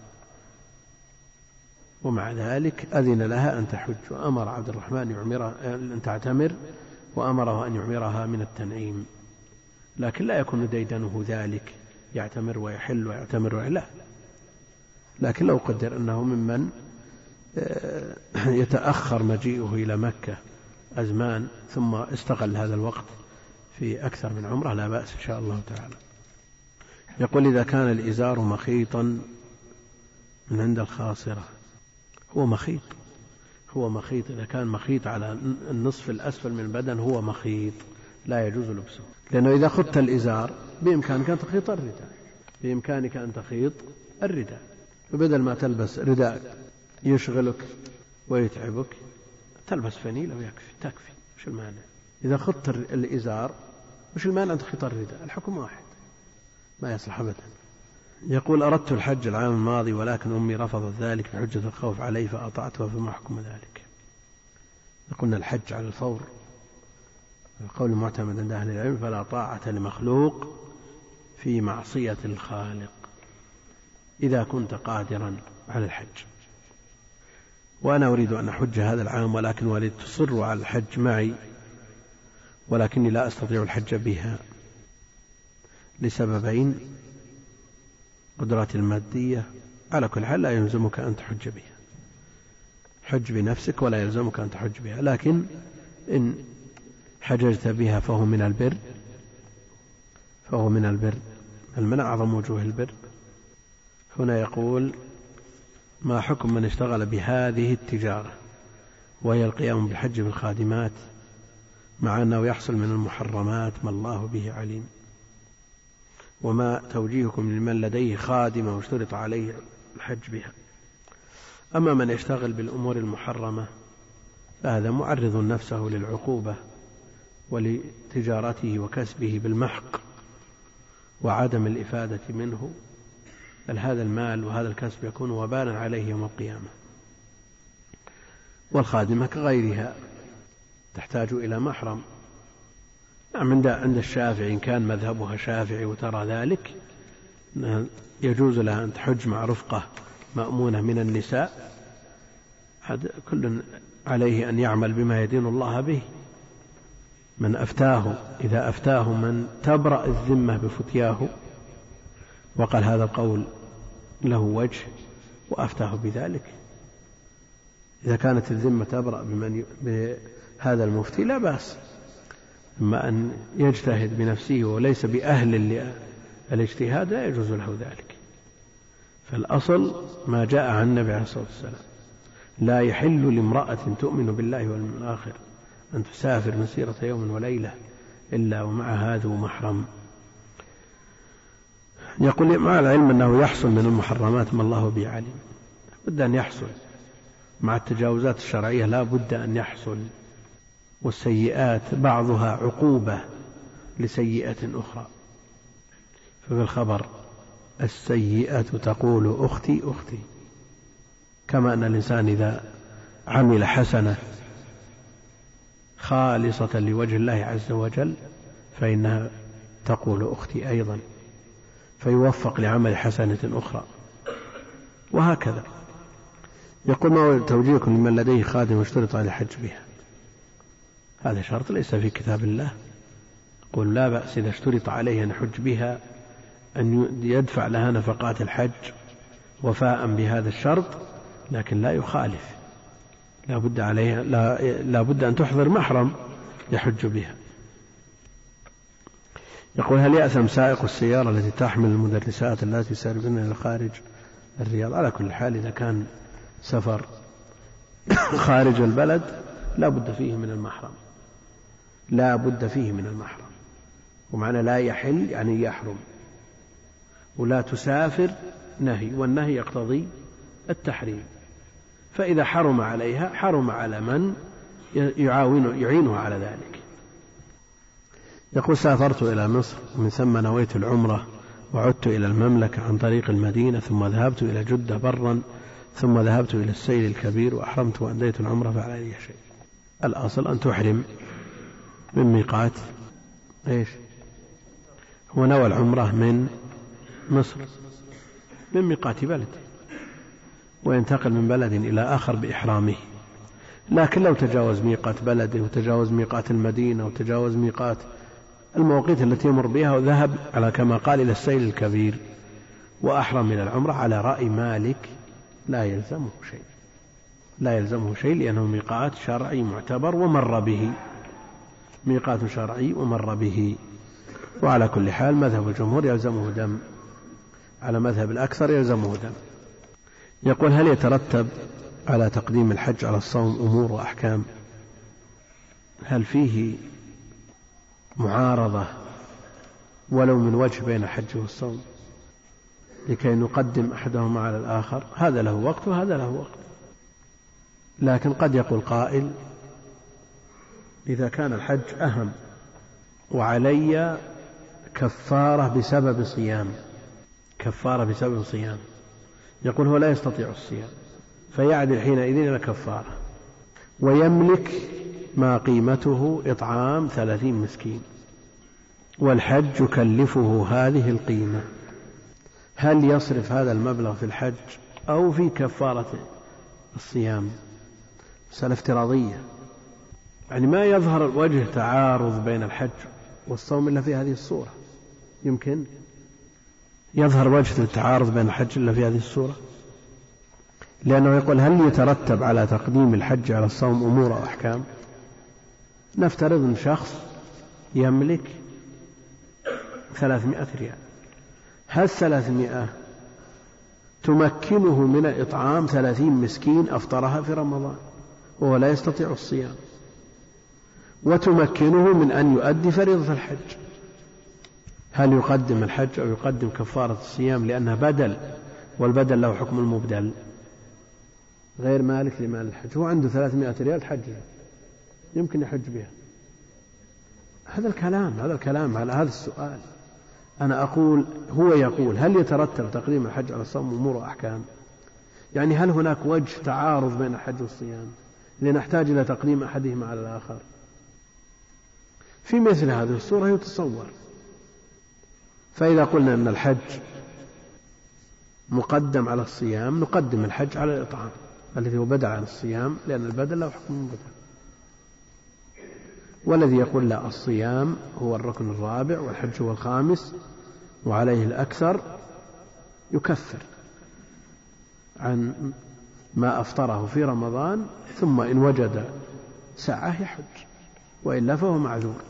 ومع ذلك أذن لها أن تحج، وأمر عبد الرحمن أن تعتمر وأمره أن يعمرها من التنعيم، لكن لا يكون ديدنه ذلك يعتمر ويحل ويعتمر ويحل، لكن لو قدر أنه ممن يتأخر مجيئه إلى مكة أزمان ثم استغل هذا الوقت في أكثر من عمره لا بأس إن شاء الله تعالى. يقول: إذا كان الإزار مخيطا من عند الخاصرة، هو مخيط هو مخيط إذا كان مخيط على النصف الأسفل من البدن هو مخيط، لا يجوز لبسه، لأنه إذا خدت الإزار بإمكانك أن تخيط الرداء بإمكانك أن تخيط الرداء، فبدل ما تلبس رداء يشغلك ويتعبك تلبس فنيلة ويكفي تكفي، وش المانع؟ إذا خضت الإزار وش المانع أن تخيط الرداء؟ الحكم واحد، ما يصلح أبدا. يقول أردت الحج العام الماضي ولكن أمي رفضت ذلك بحجة الخوف علي فأطعتها، فما حكم ذلك؟ قلنا الحج على الفور، القول معتمد عند أهل العلم، فلا طاعة لمخلوق في معصية الخالق إذا كنت قادرا على الحج. وأنا أريد أن أحج هذا العام ولكن والدي تصر على الحج معي ولكني لا أستطيع الحج بها لسببين: قدرات المادية. على كل حال لا يلزمك أن تحج بها، حج بنفسك ولا يلزمك أن تحج بها، لكن إن حججت بها فهو من البر، فهو من البر، بل من أعظم وجوه البر. هنا يقول: ما حكم من اشتغل بهذه التجارة وهي القيام بالحج بالخادمات مع أنه يحصل من المحرمات ما الله به عليم؟ وما توجيهكم لمن لديه خادمة واشترط عليه الحج بها؟ أما من يشتغل بالأمور المحرمة فهذا معرض نفسه للعقوبة ولتجارته وكسبه بالمحق وعدم الإفادة منه، بل هذا المال وهذا الكسب يكون وبالا عليه يوم القيامة. والخادمة كغيرها تحتاج إلى محرم. نعم، عند الشافعي إن كان مذهبها شافعي وترى ذلك يجوز لها أن تحج مع رفقة مأمونة من النساء، كل عليه أن يعمل بما يدين الله به. من أفتاه إذا أفتاه من تبرأ الذمة بفتياه، وقال هذا القول له وجه وأفتاه بذلك. إذا كانت الذمة تبرأ بمن بهذا المفتي لا بأس، أما أن يجتهد بنفسه وليس بأهل الاجتهاد لا يجوز له ذلك. فالأصل ما جاء عن النبي عليه الصلاة والسلام: لا يحل لامرأة تؤمن بالله واليوم الآخر أن تسافر مسيرة يوم وليلة إلا ومعها ذو محرم. يقول: مع العلم أنه يحصل من المحرمات ما الله به عليم، بد أن يحصل مع التجاوزات الشرعية، لا بد أن يحصل. والسيئات بعضها عقوبة لسيئة أخرى. ففي الخبر: السيئة تقول أختي أختي، كما أن الإنسان إذا عمل حسنة خالصة لوجه الله عز وجل فإنها تقول أختي أيضا، فيوفق لعمل حسنة أخرى، وهكذا. يقول: ما هو توجيهكم لمن لديه خادم واشترط على الحج بها؟ هذا شرط ليس في كتاب الله. يقول: لا بأس إذا اشترط عليه أن يحج بها أن يدفع لها نفقات الحج وفاء بهذا الشرط، لكن لا يخالف، لا بد عليها لا, لا بد أن تحضر محرم يحج بها. يقول: هل يأثم سائق السيارة التي تحمل المدرسات التي يسافرن إلى خارج الرياض؟ على كل حال إذا كان سفر خارج البلد لا بد فيه من المحرم، لا بد فيه من المحرم. ومعنى لا يحل يعني يحرم، ولا تسافر نهي، والنهي يقتضي التحريم. فإذا حرم عليها حرم على من يعاون يعينها على ذلك. يقول: سافرت إلى مصر ومن ثم نويت العمرة وعدت إلى المملكة عن طريق المدينة، ثم ذهبت إلى جدة برا، ثم ذهبت إلى السيل الكبير وأحرمت وأديت العمرة، فعلى أي شيء؟ الأصل أن تحرم من ميقات إيش؟ هو نوى العمرة من مصر من ميقات بلد، وينتقل من بلد إلى آخر بإحرامه. لكن لو تجاوز ميقات بلده وتجاوز ميقات المدينة وتجاوز ميقات المواقيت التي يمر بها وذهب على كما قال إلى السيل الكبير وأحرم من العمرة، على رأي مالك لا يلزمه شيء، لا يلزمه شيء، لأنه ميقات شرعي معتبر ومر به، ميقات شرعي ومر به. وعلى كل حال مذهب الجمهور يلزمه دم، على مذهب الأكثر يلزمه دم. يقول: هل يترتب على تقديم الحج على الصوم أمور وأحكام؟ هل فيه معارضة ولو من وجه بين الحج والصوم لكي نقدم أحدهما على الآخر؟ هذا له وقت وهذا له وقت. لكن قد يقول قائل إذا كان الحج أهم وعلي كفارة بسبب صيام كفارة بسبب صيام يقول هو لا يستطيع الصيام فيعدل حينئذ إلى كفارة ويملك ما قيمته إطعام ثلاثين مسكين والحج يكلفه هذه القيمة، هل يصرف هذا المبلغ في الحج أو في كفارة الصيام؟ مسألة افتراضية، يعني ما يظهر وجه تعارض بين الحج والصوم إلا في هذه الصورة. يمكن يظهر وجه التعارض بين الحج إلا في هذه الصورة، لأنه يقول هل يترتب على تقديم الحج على الصوم أمور أو أحكام؟ نفترض أن شخص يملك ثلاثمائة ريال، هل ثلاثمائة تمكنه من إطعام ثلاثين مسكين أفطرها في رمضان وهو لا يستطيع الصيام، وتمكنه من أن يؤدي فريضة الحج؟ هل يقدم الحج أو يقدم كفارة الصيام لأنها بدل، والبدل له حكم المبدل؟ غير مالك لمال الحج، هو عنده ثلاثمائة ريال حج يمكن يحج بها. هذا الكلام هذا الكلام على هذا السؤال أنا أقول هو يقول هل يترتب تقديم الحج على الصوم أمور وأحكام؟ يعني هل هناك وجه تعارض بين الحج والصيام لنحتاج إلى تقديم أحدهما على الآخر؟ في مثل هذه الصورة يتصور. فإذا قلنا أن الحج مقدم على الصيام نقدم الحج على الإطعام الذي هو بدل عن الصيام، لأن البدل له حكم البدل. والذي يقول لا، الصيام هو الركن الرابع والحج هو الخامس وعليه الأكثر، يكفر عن ما أفطره في رمضان، ثم إن وجد سعة يحج، وإلا فهو معذور.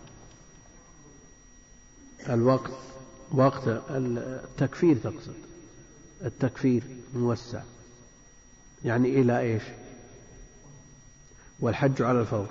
الوقت وقت التكفير تقصد، التكفير موسع يعني إلى إيش؟ والحج على الفور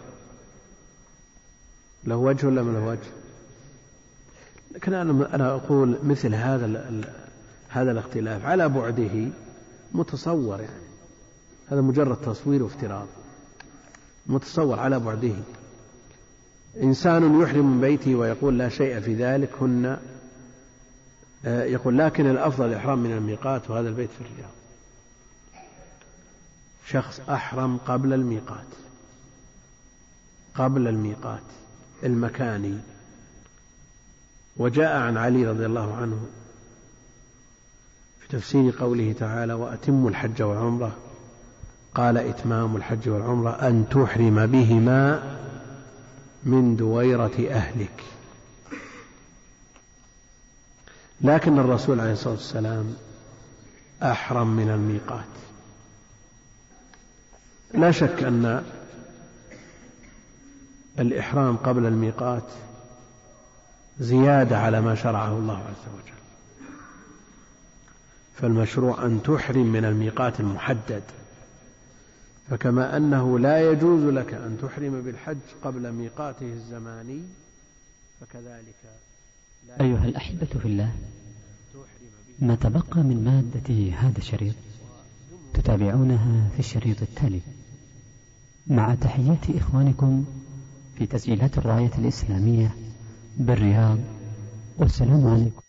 له وجه ولا ما له وجه؟ لكن أنا أقول مثل هذا هذا الاختلاف على بعده متصور، يعني هذا مجرد تصوير وافتراض، متصور على بعده. إنسان يحرم من بيته ويقول لا شيء في ذلك، هن يقول لكن الأفضل الإحرام من الميقات وهذا البيت في الرياض. شخص أحرم قبل الميقات قبل الميقات المكاني، وجاء عن علي رضي الله عنه في تفسير قوله تعالى وأتموا الحج والعمرة، قال إتمام الحج والعمرة أن تحرم بهما من دويرة أهلك. لكن الرسول عليه الصلاة والسلام أحرم من الميقات. لا شك أن الإحرام قبل الميقات زيادة على ما شرعه الله عز وجل، فالمشروع أن تحرم من الميقات المحدد، فكما أنه لا يجوز لك أن تحرم بالحج قبل ميقاته الزماني، فكذلك لا أيها الأحبة في الله، ما تبقى من مادة هذا الشريط تتابعونها في الشريط التالي، مع تحيات إخوانكم في تسجيلات الراية الإسلامية بالرياض، والسلام عليكم.